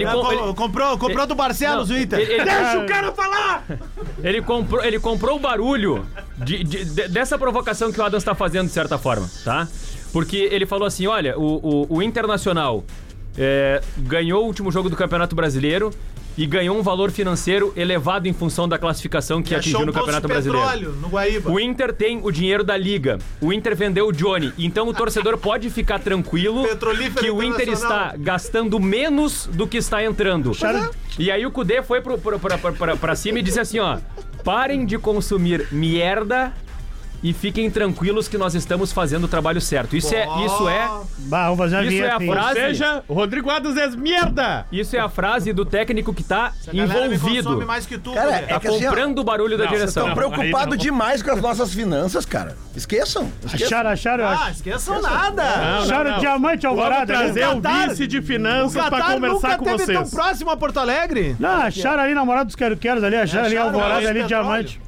Ele,
É,
com-
co-
ele-
comprou comprou do Barcelos
Não,
o Inter.
ele- ele-
Deixa o cara falar!
Ele comprou, ele comprou o barulho de- de- de- dessa provocação que o Adams tá fazendo, de certa forma, tá? Porque ele falou assim, olha, o, o, o Internacional é, ganhou o último jogo do Campeonato Brasileiro e ganhou um valor financeiro elevado em função da classificação que
E
atingiu
achou
no
um poço
Campeonato
de
Brasileiro.
petróleo no Guaíba.
O Inter tem o dinheiro da Liga. O Inter vendeu o Johnny. Então o torcedor pode ficar tranquilo
Petrolífero
que o Inter
Internacional.
está gastando menos do que está entrando. E aí o Cudê foi pro, pro, pra, pra, pra, pra cima e disse assim, ó: parem de consumir merda e fiquem tranquilos que nós estamos fazendo o trabalho certo. Isso é, isso é,
Bah, vamos fazer uma
isso é a
vinheta, hein?
Ou
frase,
seja, o Rodrigo Adams é merda!
isso é a frase do técnico que tá
A galera me consome
envolvido.
mais que tu,
Cara,
Cudê.
é
Tá
que assim, ó,
comprando o barulho da
Não,
direção.
Estão
Não,
preocupados
aí não.
demais com as nossas finanças, cara. Esqueçam. esqueçam.
Acharam, acharam,
Ah,
acharam.
esqueção nada.
Não,
Acharam
não, não.
diamante
Vamos
alvorada.
trazer
né?
o
Qatar-
vice de
O
finanças pra
Qatar
conversar
nunca
com
teve tão
vocês.
próximo a Porto Alegre.
Não, acharam ali namorado dos quero-queros ali, acharam ali
Acharam
alvorada
ali
ali,
petróleo.
diamante.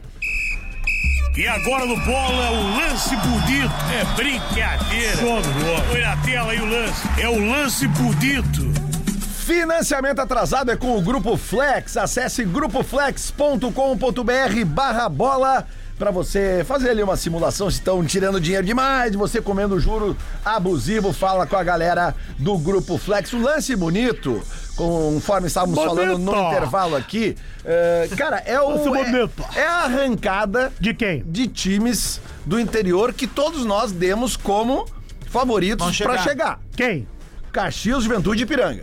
E agora no bola, o lance bonito. É brincadeira. Foi na tela aí o lance. É o lance bonito.
Financiamento atrasado é com o Grupo Flex. Acesse grupoflex.com.br barra bola para você fazer ali uma simulação se estão tirando dinheiro demais, você comendo juro abusivo. Fala com a galera do Grupo Flex. Um lance bonito, conforme estávamos
Bonito.
falando no intervalo aqui. é, cara, é,
Lance
o,
bonito.
é, é a arrancada
De quem?
de times do interior que todos nós demos como favoritos
Vão
para
chegar.
chegar.
Quem?
Caxias, Juventude e Ipiranga.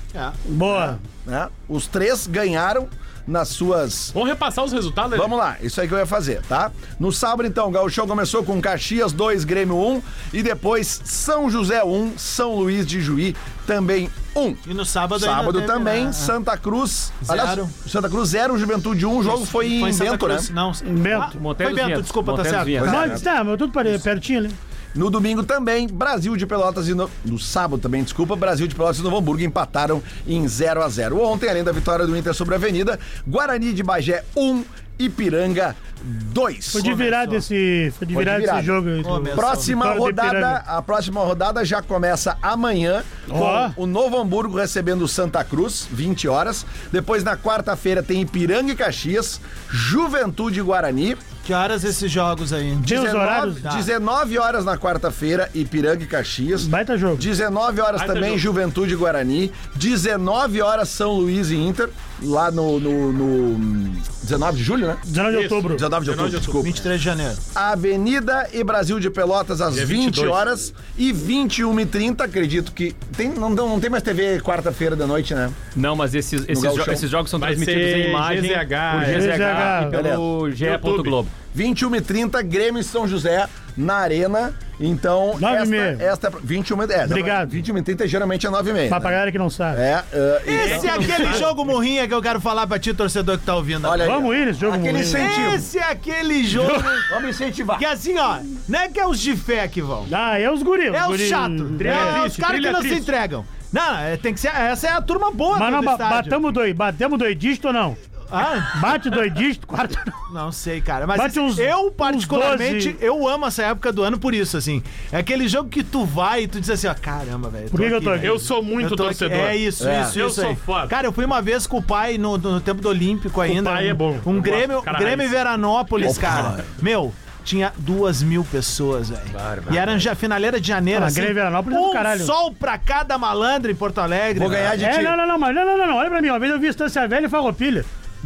Boa.
Né? Os três ganharam nas suas...
Vamos repassar os resultados?
Vamos lá, isso aí que eu ia fazer, tá? No sábado, então, o Gauchão começou com Caxias dois, Grêmio um, e depois São José um, São Luís de Juí também um.
E no sábado ainda
Sábado
teve,
também,
né?
Santa Cruz...
Zero.
Aliás, Santa Cruz zero, Juventude um, o jogo foi em
Santa
Bento,
Cruz.
né?
Não,
Em Bento.
Ah,
Monteiro
foi
dos
Bento,
Vinhedos.
desculpa, tá
Monteiro
certo.
dos Vinhedos.
Pois é.
Mas tá, mas tudo pare- pertinho ali.
No domingo também, Brasil de Pelotas e no, no sábado também, desculpa, Brasil de Pelotas e Novo Hamburgo empataram em zero a zero. Ontem, além da vitória do Inter sobre a Avenida, Guarani de Bagé um, Ipiranga dois.
Foi de virada esse, foi de
Foi de
virada
virada.
esse jogo aí.
Começou.
Próxima
Vitória do
rodada,
Ipiranga.
a próxima rodada já começa amanhã
Ó.
com o Novo Hamburgo recebendo o Santa Cruz, vinte horas. Depois na quarta-feira tem Ipiranga e Caxias, Juventude e Guarani.
Que horas esses jogos aí?
Tem os horários?
Tá.
dezenove horas na quarta-feira, Ipiranga e Caxias.
Baita jogo.
dezenove horas
Baita
também,
jogo.
Juventude e Guarani. dezenove horas, São Luís e Inter. Lá no, no, no dezenove de julho, né?
dezenove de
Isso.
outubro.
dezenove de outubro,
de outubro.
desculpa.
vinte e três de janeiro.
Avenida e Brasil de Pelotas às
Dia
vinte
vinte e dois.
horas e vinte e uma e trinta, acredito que... Tem, não, não não tem mais T V quarta-feira da noite, né?
Não, mas esses, esses,
Gauchão.
jo- esses jogos são
Vai
transmitidos
ser
em imagem
G Z H,
por
é.
G Z H,
G Z H,
e pelo G E.
YouTube.
Globo.
vinte e uma e trinta, Grêmio e São José na Arena. Então,
Nove e
esta,
meia.
esta é vinte e uma, é,
Obrigado.
vinte e uma e trinta geralmente é nove e meia.
Pra
né?
pra galera que não sabe.
É, uh,
Esse é aquele jogo morrinha que eu quero falar pra ti, torcedor que tá ouvindo.
olha aí,
Vamos
ó.
ir nesse jogo,
Aquele
vamos ir.
incentivo.
Esse é aquele jogo
Vamos incentivar.
que assim, ó, não é que é os de fé que vão.
Ah, é os guri.
É os
guri-
chato.
Trilha
É os
triste,
caras que
trilha
não se
triste.
entregam. Não, é, tem que ser. Essa é a turma boa
Mas
do
não, ba-
estádio.
batamos dois, batemos dois dígitos ou não?
Ah,
Bate dois dígitos, quarto não.
não sei, cara. Mas
Bate uns-
eu,
uns
particularmente,
doze.
eu amo essa época do ano por isso, assim. É aquele jogo que tu vai e tu diz assim, ó, caramba, velho.
Por que que eu tô aqui?
Eu sou muito
Eu tô aqui.
torcedor.
É isso,
É.
isso,
Eu
isso
sou
aí.
foda.
Cara, eu fui uma vez com o pai no, no tempo do Olímpico ainda.
pai
um,
é bom.
Um
Eu
Grêmio,
gosto, cara
Grêmio e
raiz.
Veranópolis, cara. Meu, tinha duas mil pessoas, velho. E era já finaleira de janeiro,
Ah,
assim.
Grêmio e Veranópolis é do
um
caralho.
sol pra cada malandro em Porto Alegre.
Vou
velho.
ganhar de
É,
ti.
não, não, não, mas não, não, não, não, olha pra mim, uma vez eu vi Estância Velha e Farroupilha.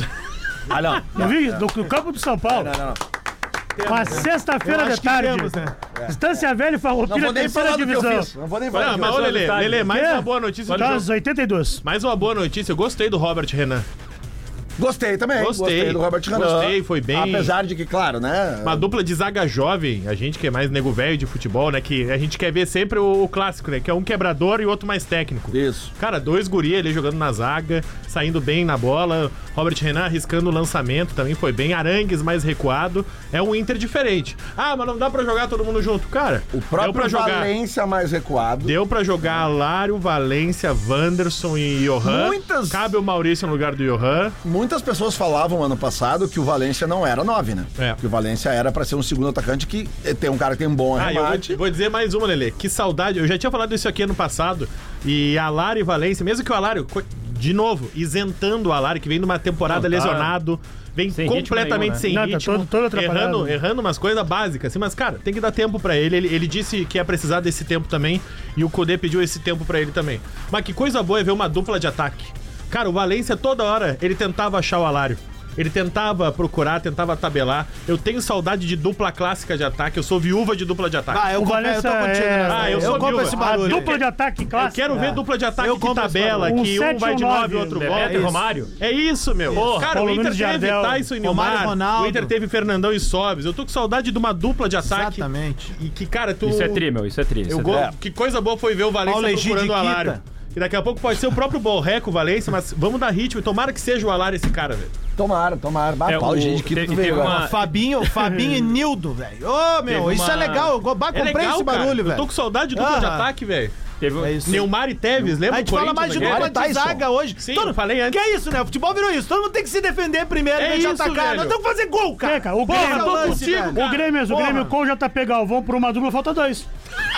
Ah, não.
Eu vi do, do campo do São Paulo.
Não, não, não.
Uma sexta-feira
Eu
de
acho que
tarde.
temos, né?
Estância Velha e
Não
Farroupilha,
vou nem
terceira
falar do que eu
divisão.
fiz. Não vou nem falar
Não,
do que
mas
eu
olha,
fiz.
Lelê,
detalhe.
Lelê, mais
Quê?
uma boa notícia do
Tá,
jogo.
oitenta e dois.
Mais uma boa notícia. Eu gostei do Robert Renan.
Gostei também.
Gostei.
do Robert Renan.
Gostei, foi bem.
Apesar de que, claro, né?
Uma dupla de zaga jovem, a gente que é mais nego velho de futebol, né? Que a gente quer ver sempre o, o clássico, né? Que é um quebrador e outro mais técnico.
Isso.
Cara, dois guri ali jogando na zaga, saindo bem na bola. Robert Renan arriscando o lançamento, também foi bem. Arangues mais recuado. É um Inter diferente. Ah, mas não dá pra jogar todo mundo junto. Cara,
O
deu
próprio
pra jogar.
Valência mais recuado.
Deu pra jogar Alário, Valência, Wanderson e Johan.
Muitas-
Cabe o Maurício no lugar do Johan.
Muitas pessoas falavam ano passado que o Valência não era nove, né?
É.
Que o Valência era pra ser um segundo atacante que tem um cara que tem um bom
Ah, eu vou,
arremate.
vou dizer mais uma, Lelê. Que saudade. Eu já tinha falado isso aqui ano passado. E Alário e Valência, mesmo que o Alário, co- de novo, isentando o Alário, que vem numa temporada
Não, tá
lesionado, vem
sem ritmo
completamente
nenhum, né?
sem
Não, tá
ritmo,
todo- todo atrapalhado.
errando, errando umas coisas básicas, assim, mas, cara, tem que dar tempo pra ele. ele. Ele disse que ia precisar desse tempo também, e o Cudê pediu esse tempo pra ele também. Mas que coisa boa é ver uma dupla de ataque. Cara, o Valência toda hora ele tentava achar o Alário. Ele tentava procurar, tentava tabelar. Eu tenho saudade de dupla clássica de ataque. Eu sou viúva de dupla de ataque.
Ah, eu,
O
compro, eu
Valência
tô contigo,
é-
né?
Ah, eu
eu
sou
compro
viúva.
esse
A
barulho.
dupla de ataque
Eu
clássico.
quero ver dupla de ataque
Eu
que
compro esse
tabela,
barulho.
que
Um
um
sete
vai de
ou nove,
nove e outro
Bebeto
volta.
e Romário.
É isso, meu.
Porra,
Cara,
Paulo
o Inter
Nunes
teve
Jardel.
Tyson e
Romário,
Nilmar.
Ronaldo.
O Inter teve Fernandão e Sobes. Eu tô com saudade de uma dupla de ataque.
Exatamente.
E que, cara, tu...
Isso é tri, meu, isso é tri. Isso
Eu
é
go...
tri.
Que coisa boa foi ver o Valência
Paulo Egídio
procurando o
Quita.
Alário. E daqui a pouco pode ser o próprio Borreco, o Valência, mas vamos dar ritmo. E tomara que seja o Alário esse cara, velho.
Tomara, tomara. Bah,
É,
Paulo,
o-
gente, que
teve-
tu veio
teve
agora.
uma-
Fabinho, Fabinho e Nildo, velho. Ô, meu,
Teve
isso
uma-
é legal. Eu go- bah,
É
comprei
legal,
esse
cara.
barulho,
Eu tô
velho.
com saudade de dupla de
Ah.
ataque, velho.
Teve,
É isso.
Neymar e Tevez, lembra
A
o
gente fala
Corinthians
mais de
naquele?
dupla de
Tyson.
zaga hoje.
Sim, eu falei antes.
Que é isso, né? O futebol virou isso. Todo mundo tem que se defender primeiro,
É
em vez de
isso,
atacar.
velho.
Nós temos que fazer gol, cara.
É, cara, o
Porra,
Grêmio,
tô
lance,
contigo,
velho.
cara.
O Grêmio, o
Porra.
Grêmio com o J P Galvão por uma dupla, falta dois.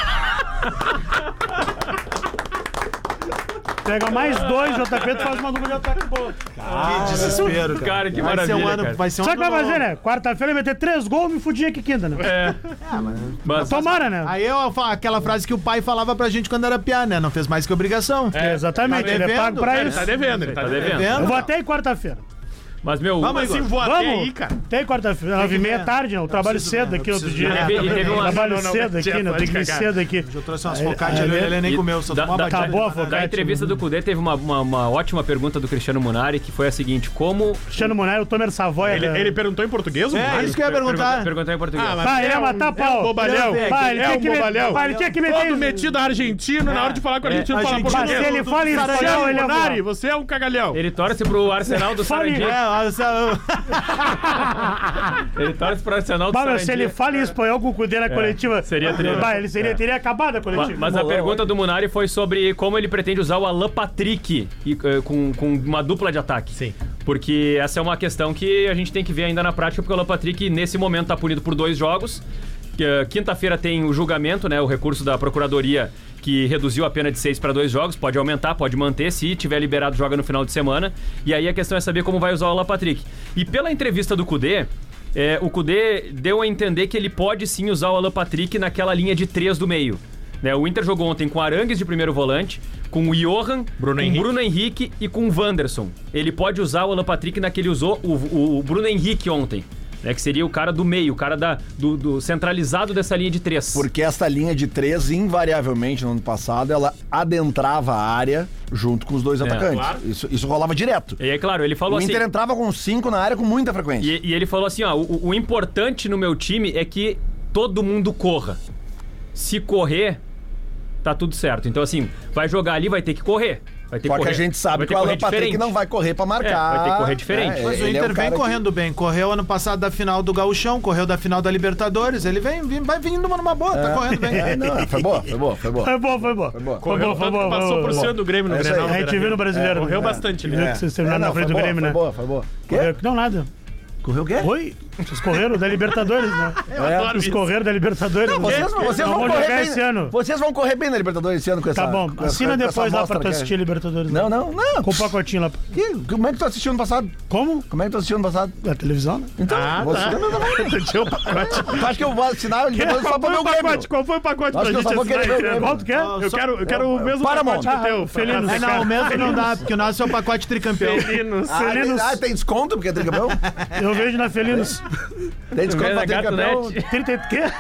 Pega mais dois, J P, tu faz uma dupla de ataque boa.
Que desespero, cara.
Cara, que
vai ser
maravilha,
um ano,
cara.
vai ser um
Sabe o que
ano
vai fazer,
novo.
né? Quarta-feira meter três gols, me fudia aqui quinta, né?
É. Mas,
Tomara, né?
Aí eu falo aquela frase que o pai falava pra gente quando era piá, né? Não fez mais que obrigação.
É, exatamente,
Tá
ele é
devendo,
pago pra
Ele
isso.
tá devendo, ele tá
tá
devendo.
devendo.
Eu vou até aí quarta-feira.
Mas, meu,
Vamos,
Assim,
Igor.
vou até
Vamos?
aí, cara.
Até aí quarta-feira, nove e meia
ver.
tarde, né? Eu trabalho
preciso
cedo
ver,
aqui
eu
outro
preciso
dia.
ver.
E teve- e teve uma-
Trabalho
Não, não,
cedo
não,
aqui,
não,
né?
pode
Tem que ir
cagar.
cedo aqui.
Eu trouxe umas
Aí-
focaccias
aí-
ali, ele nem
E
comeu, só
da-
tomou uma
da-
Tá
batida.
boa,
da
Focati.
entrevista do Cudê teve uma, uma, uma ótima pergunta do Cristiano Munari, que foi a seguinte: como.
Cristiano Munari, o Tomer Savoy.
Ele,
né?
ele perguntou em português? o
É,
Mário?
isso que eu ia perguntar.
Perguntou em português.
Ah, mas
Vai, ele
é
ia
um-
matar
É
pau.
um bobalhão.
Vai, ele
É
tinha
um
que meter-
bobalhão.
vai, ele tinha que meter
Todo
isso.
metido argentino, na hora de falar com o argentino,
É,
fala
argentino.
português.
Mas se ele fala em espanhol,
Cristiano
ele é
Munari,
bom.
você é um cagalhão.
Ele torce pro Arsenal do
Fale-
Sarandi.
É, olha só.
Ele torce pro Arsenal do
Bah, meu,
Sarandi.
se ele fala em espanhol com o Cudê na coletiva,
seria triste.
Bah, ele seria, teria acabado a
Ma-
coletiva.
Mas a pergunta do Munari foi sobre como ele pretende usar o Alan Patrick e, eh, com, com uma dupla de ataque.
Sim.
Porque essa é uma questão que a gente tem que ver ainda na prática, porque o Alan Patrick, nesse momento, tá punido por dois jogos. Que, eh, Quinta-feira tem o julgamento, né? O recurso da Procuradoria que reduziu a pena de seis para dois jogos. Pode aumentar, pode manter. Se tiver liberado, joga no final de semana. E aí a questão é saber como vai usar o Alan Patrick. E pela entrevista do Cudê, é, o Cudê deu a entender que ele pode sim usar o Alan Patrick naquela linha de três do meio. Né, o Inter jogou ontem com Arangues de primeiro volante, com o Johan,
Bruno
com
Henrique.
o Bruno Henrique e com o Wanderson. Ele pode usar o Alan Patrick naquele usou o, o, o Bruno Henrique ontem. Né, que seria o cara do meio, o cara da, do, do centralizado dessa linha de três.
Porque essa linha de três, invariavelmente, no ano passado, ela adentrava a área junto com os dois atacantes.
claro.
Isso, isso rolava direto.
E aí, claro, ele falou
O
assim...
Inter entrava com cinco na área com muita frequência.
E, e ele falou assim, ó, o, o importante no meu time é que todo mundo corra. Se correr, tá tudo certo. Então, assim, vai jogar ali, vai ter que correr. Vai ter
Só
que
que
correr.
a gente sabe
vai
que
ter
o
correr
Alan Patrick
diferente.
não vai correr pra marcar.
É, vai ter que correr diferente.
Mas o
ele é
Inter
um
vem
cara que-
correndo bem. Correu ano passado da final do Gauchão, correu da final da Libertadores. Ele vem, vem vai vindo numa boa, tá correndo bem.
É, não, foi boa, foi boa, foi boa.
Foi bom, foi bom. Foi
boa.
Foi bom, foi
Tanto que
bom.
passou
foi
por
bom.
cima do Grêmio no
É isso aí.
Grenal.
A gente viu no Brasileiro.
Correu
É.
bastante,
Viu
né?
que vocês terminaram
É,
na
não,
frente
foi
do
boa,
Grêmio,
foi
né?
boa, foi boa.
Correu- Não, nada.
Correu o quê?
Oi? Vocês correram da Libertadores, né?
É.
Vocês correram da Libertadores.
Não, vocês, vocês
Não
vão
vão
correr
jogar
bem
esse ano.
Vocês vão correr bem na Libertadores esse ano com essa.
Tá bom,
com essa-
assina
com essa
depois lá pra
amostra
tu
que é.
assistir a Libertadores.
Não, não, não.
Com o pacotinho lá.
Que- Como é que tu assistiu ano passado?
Como?
Como é que tu assistiu ano passado?
Da televisão, né?
Então,
Ah,
vou
tá.
assistir ano passado.
Tinha um pacote.
Tu acha que eu vou assinar ele depois só
Qual
pra
foi
ver
o
o Grêmio?
pacote? Qual foi o pacote pra
Acho que eu
gente
só vou
assinar
querer ver o
esse ano?
Grêmio.
Qual tu quer?
Eu quero, eu quero o mesmo
Paramount.
pacote que o teu.
Ah, Felinos.
pra-
É, não, o mesmo não dá, porque o nosso é o pacote tricampeão.
Felinos.
Ah, tem,
Felinos.
ah, tem desconto porque é tricampeão?
Eu vejo na Felinos.
Tem desconto
Vê
pra
na
tricampeão?
Gato.net.
trinta e quê?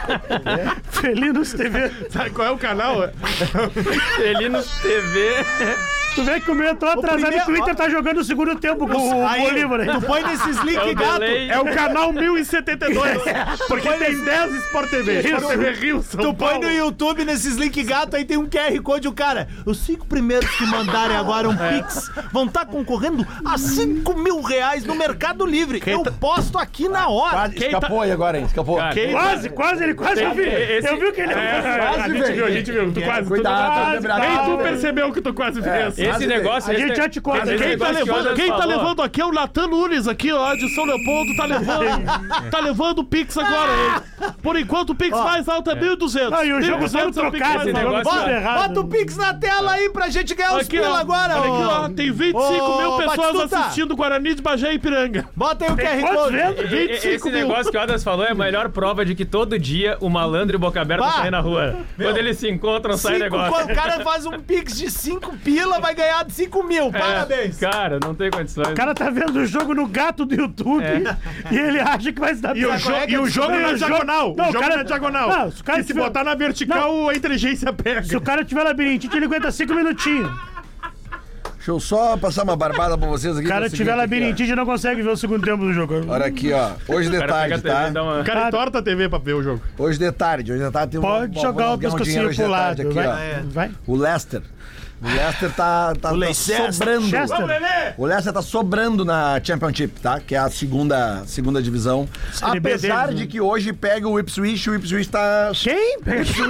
Felinos T V.
Sabe qual é o canal?
Felinos T V.
Tu vê que o meu eu tô atrasado
primeiro-
e que o Inter tá jogando o segundo tempo com o
Aí,
Bolívar.
tu põe nesses link gato.
delay.
É o canal mil e setenta e dois. Porque tem dez Sport T V. Sport T V Rio, São
Tu põe
Paulo.
no YouTube nesses link gato, aí tem um Q R Code, o cara. Os cinco primeiros que mandarem agora um Pix vão estar concorrendo a cinco mil reais no Mercado Livre. Eu posto aqui na hora.
Quase, escapou aí agora, hein? Escapou.
Cara,
Quem-
Quase, quase, ele quase
Tem-
eu vi.
esse-
Eu vi o que ele
É, a gente
veio.
viu, a gente viu. Tu quase.
Cuidado,
tu,
tá lembrado.
nem tu percebeu que tu quase fez.
Esse negócio...
A
esse
gente
ne-
já te conta.
esse
Quem
Quem tá,
negócio que o
levando,
Anderson
quem tá
falou-
levando aqui é o Natan Nunes, aqui, ó, de São Leopoldo, tá levando. Tá levando o Pix agora, hein? Por enquanto, o Pix mais alto é mil e duzentos.
Ah, e o jogo
mil e duzentos
todo
é o Pix
trocado,
mais
esse
alto.
negócio
Bota,
tudo errado.
bota o Pix na tela aí pra gente ganhar os
Aqui, ó.
pila agora,
Olha
ó.
aqui, ó, tem vinte e cinco mil
Ô,
pessoas
Batistuta.
assistindo Guarani de Bagé e Ipiranga.
Bota aí o Q R
Quantos
Code.
vendo?
E- e-
vinte e cinco
Esse
mil.
negócio que o Adas falou é a melhor prova de que todo dia o malandro e boca aberta
Bah.
saem na rua. Quando eles se encontram, sai
Cinco,
negócio.
quando o cara faz um Pix de cinco pila, vai vai ganhar cinco mil. Parabéns.
É, cara, não tem condições.
O cara tá vendo o jogo no gato do YouTube e ele acha que vai se dar
E o,
bem.
jo e o jogo na diagonal.
Não,
o jogo
cara-
na diagonal.
Não, se o cara
que se
tiver-
botar na vertical, a inteligência pega.
Se o cara tiver labirintite, ele aguenta cinco minutinhos.
Deixa eu só passar uma barbada pra vocês aqui.
Se o cara
que é o
tiver
seguinte aqui,
labirintite, não consegue ver o segundo tempo do jogo.
ó. Olha aqui, ó. Hoje de
O cara
tarde,
pega a T V
tá?
e dá uma...
O cara entorta a T V pra ver o jogo.
Hoje de tarde. Hoje de tarde tem um
Pode jogar o pescocinho pro lado.
aqui,
Vai.
ó.
Vai.
O Leicester. O Leicester tá, tá, tá
Leicester.
sobrando.
Chester.
O Leicester tá sobrando na Championship, tá? Que é a segunda, segunda divisão.
Série B
Apesar
deles,
de
né?
que hoje pega o Ipswich, o Ipswich tá...
Quem?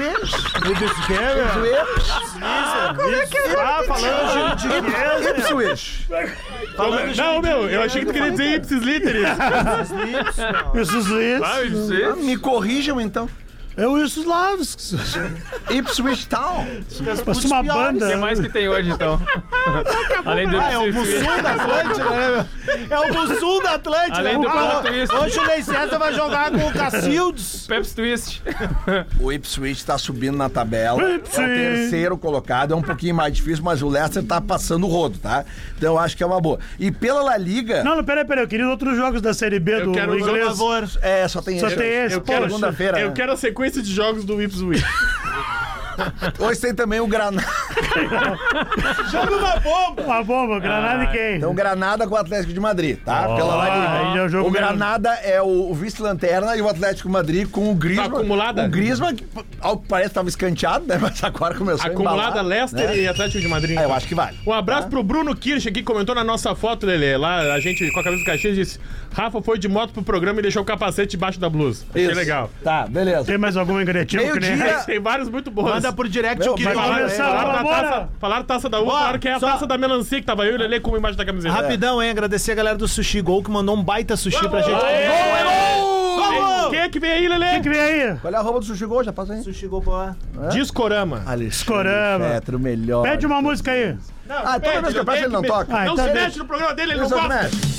Como é que é? Ah, falando de... de...
Ipswich.
Falando de...
Não, meu, eu achei que tu queria dizer Ipsis Literis.
Esses Liz.
Ah, me corrijam, então.
É o Wilson Slavs.
Ipswich Town.
Parece uma
O que
banda.
mais que tem hoje, então? Além do...
Ah, é o Mussum da Atlântida, né, meu? É o Mussum da Atlântida.
Além do
Ah,
Pepsi Twist.
hoje o Leicester vai jogar com o Cacildes.
Pepsi Twist.
O Ipswich tá subindo na tabela. É o
Ipswich.
terceiro colocado. É um pouquinho mais difícil, mas o Leicester tá passando o rodo, tá? Então eu acho que é uma boa. E pela La Liga...
Não, não, peraí, peraí. Eu queria outros jogos da Série B do
quero-
inglês.
Por favor.
É, só tem
Só
esse.
tem esse,
Eu
poxa.
quero segunda-feira.
Eu
né?
quero a sequência de jogos do Ipswich.
Hoje tem também o Granada.
Joga uma bomba.
Uma bomba, Granada e quem?
Então, Granada com o Atlético de Madrid, tá?
Ó,
Pela La
aí já é
Liga.
o jogo
O Granada é o, o vice-lanterna e o Atlético de Madrid com o Griezmann.
Tá acumulada?
O Griezmann, que, ao que parece, estava escanteado, né? Mas agora começou
Acumulada
a embalar,
Leicester
né?
e Atlético de Madrid.
Ah, eu acho que vale.
Um abraço pro Bruno Kirsch aqui, comentou na nossa foto, Lelê. Lá a gente com a camisa do Caxias disse: Rafa foi de moto pro programa e deixou o capacete debaixo da blusa. Achei
Isso.
legal.
Tá, beleza.
Tem mais algum ingrediente que nem
Meio-dia.
Tem vários muito bons.
Manda por direct
Meu,
o que
vai
falaram,
começar,
Falaram da
Bora.
taça, falaram taça da uva,
Ó,
falaram que é a
só-
taça da melancia que tava eu e o Lelê com embaixo da camiseta.
Rapidão, hein? Agradecer a galera do Sushi Gol que mandou um baita sushi pra gente.
Quem- Quem é que vem aí, Lelê?
Quem que vem aí?
Qual é a roupa do Sushi Gol? Já passa aí.
Sushi Gol pra lá.
Discorama.
Escorama.
Petro, melhor.
Pede uma música aí.
Ah, toda vez que eu peço ele não toca.
Ah,
Não
então
se
deixa.
mexe no programa dele, ele
Isso
não
eu
gosta.
mexe.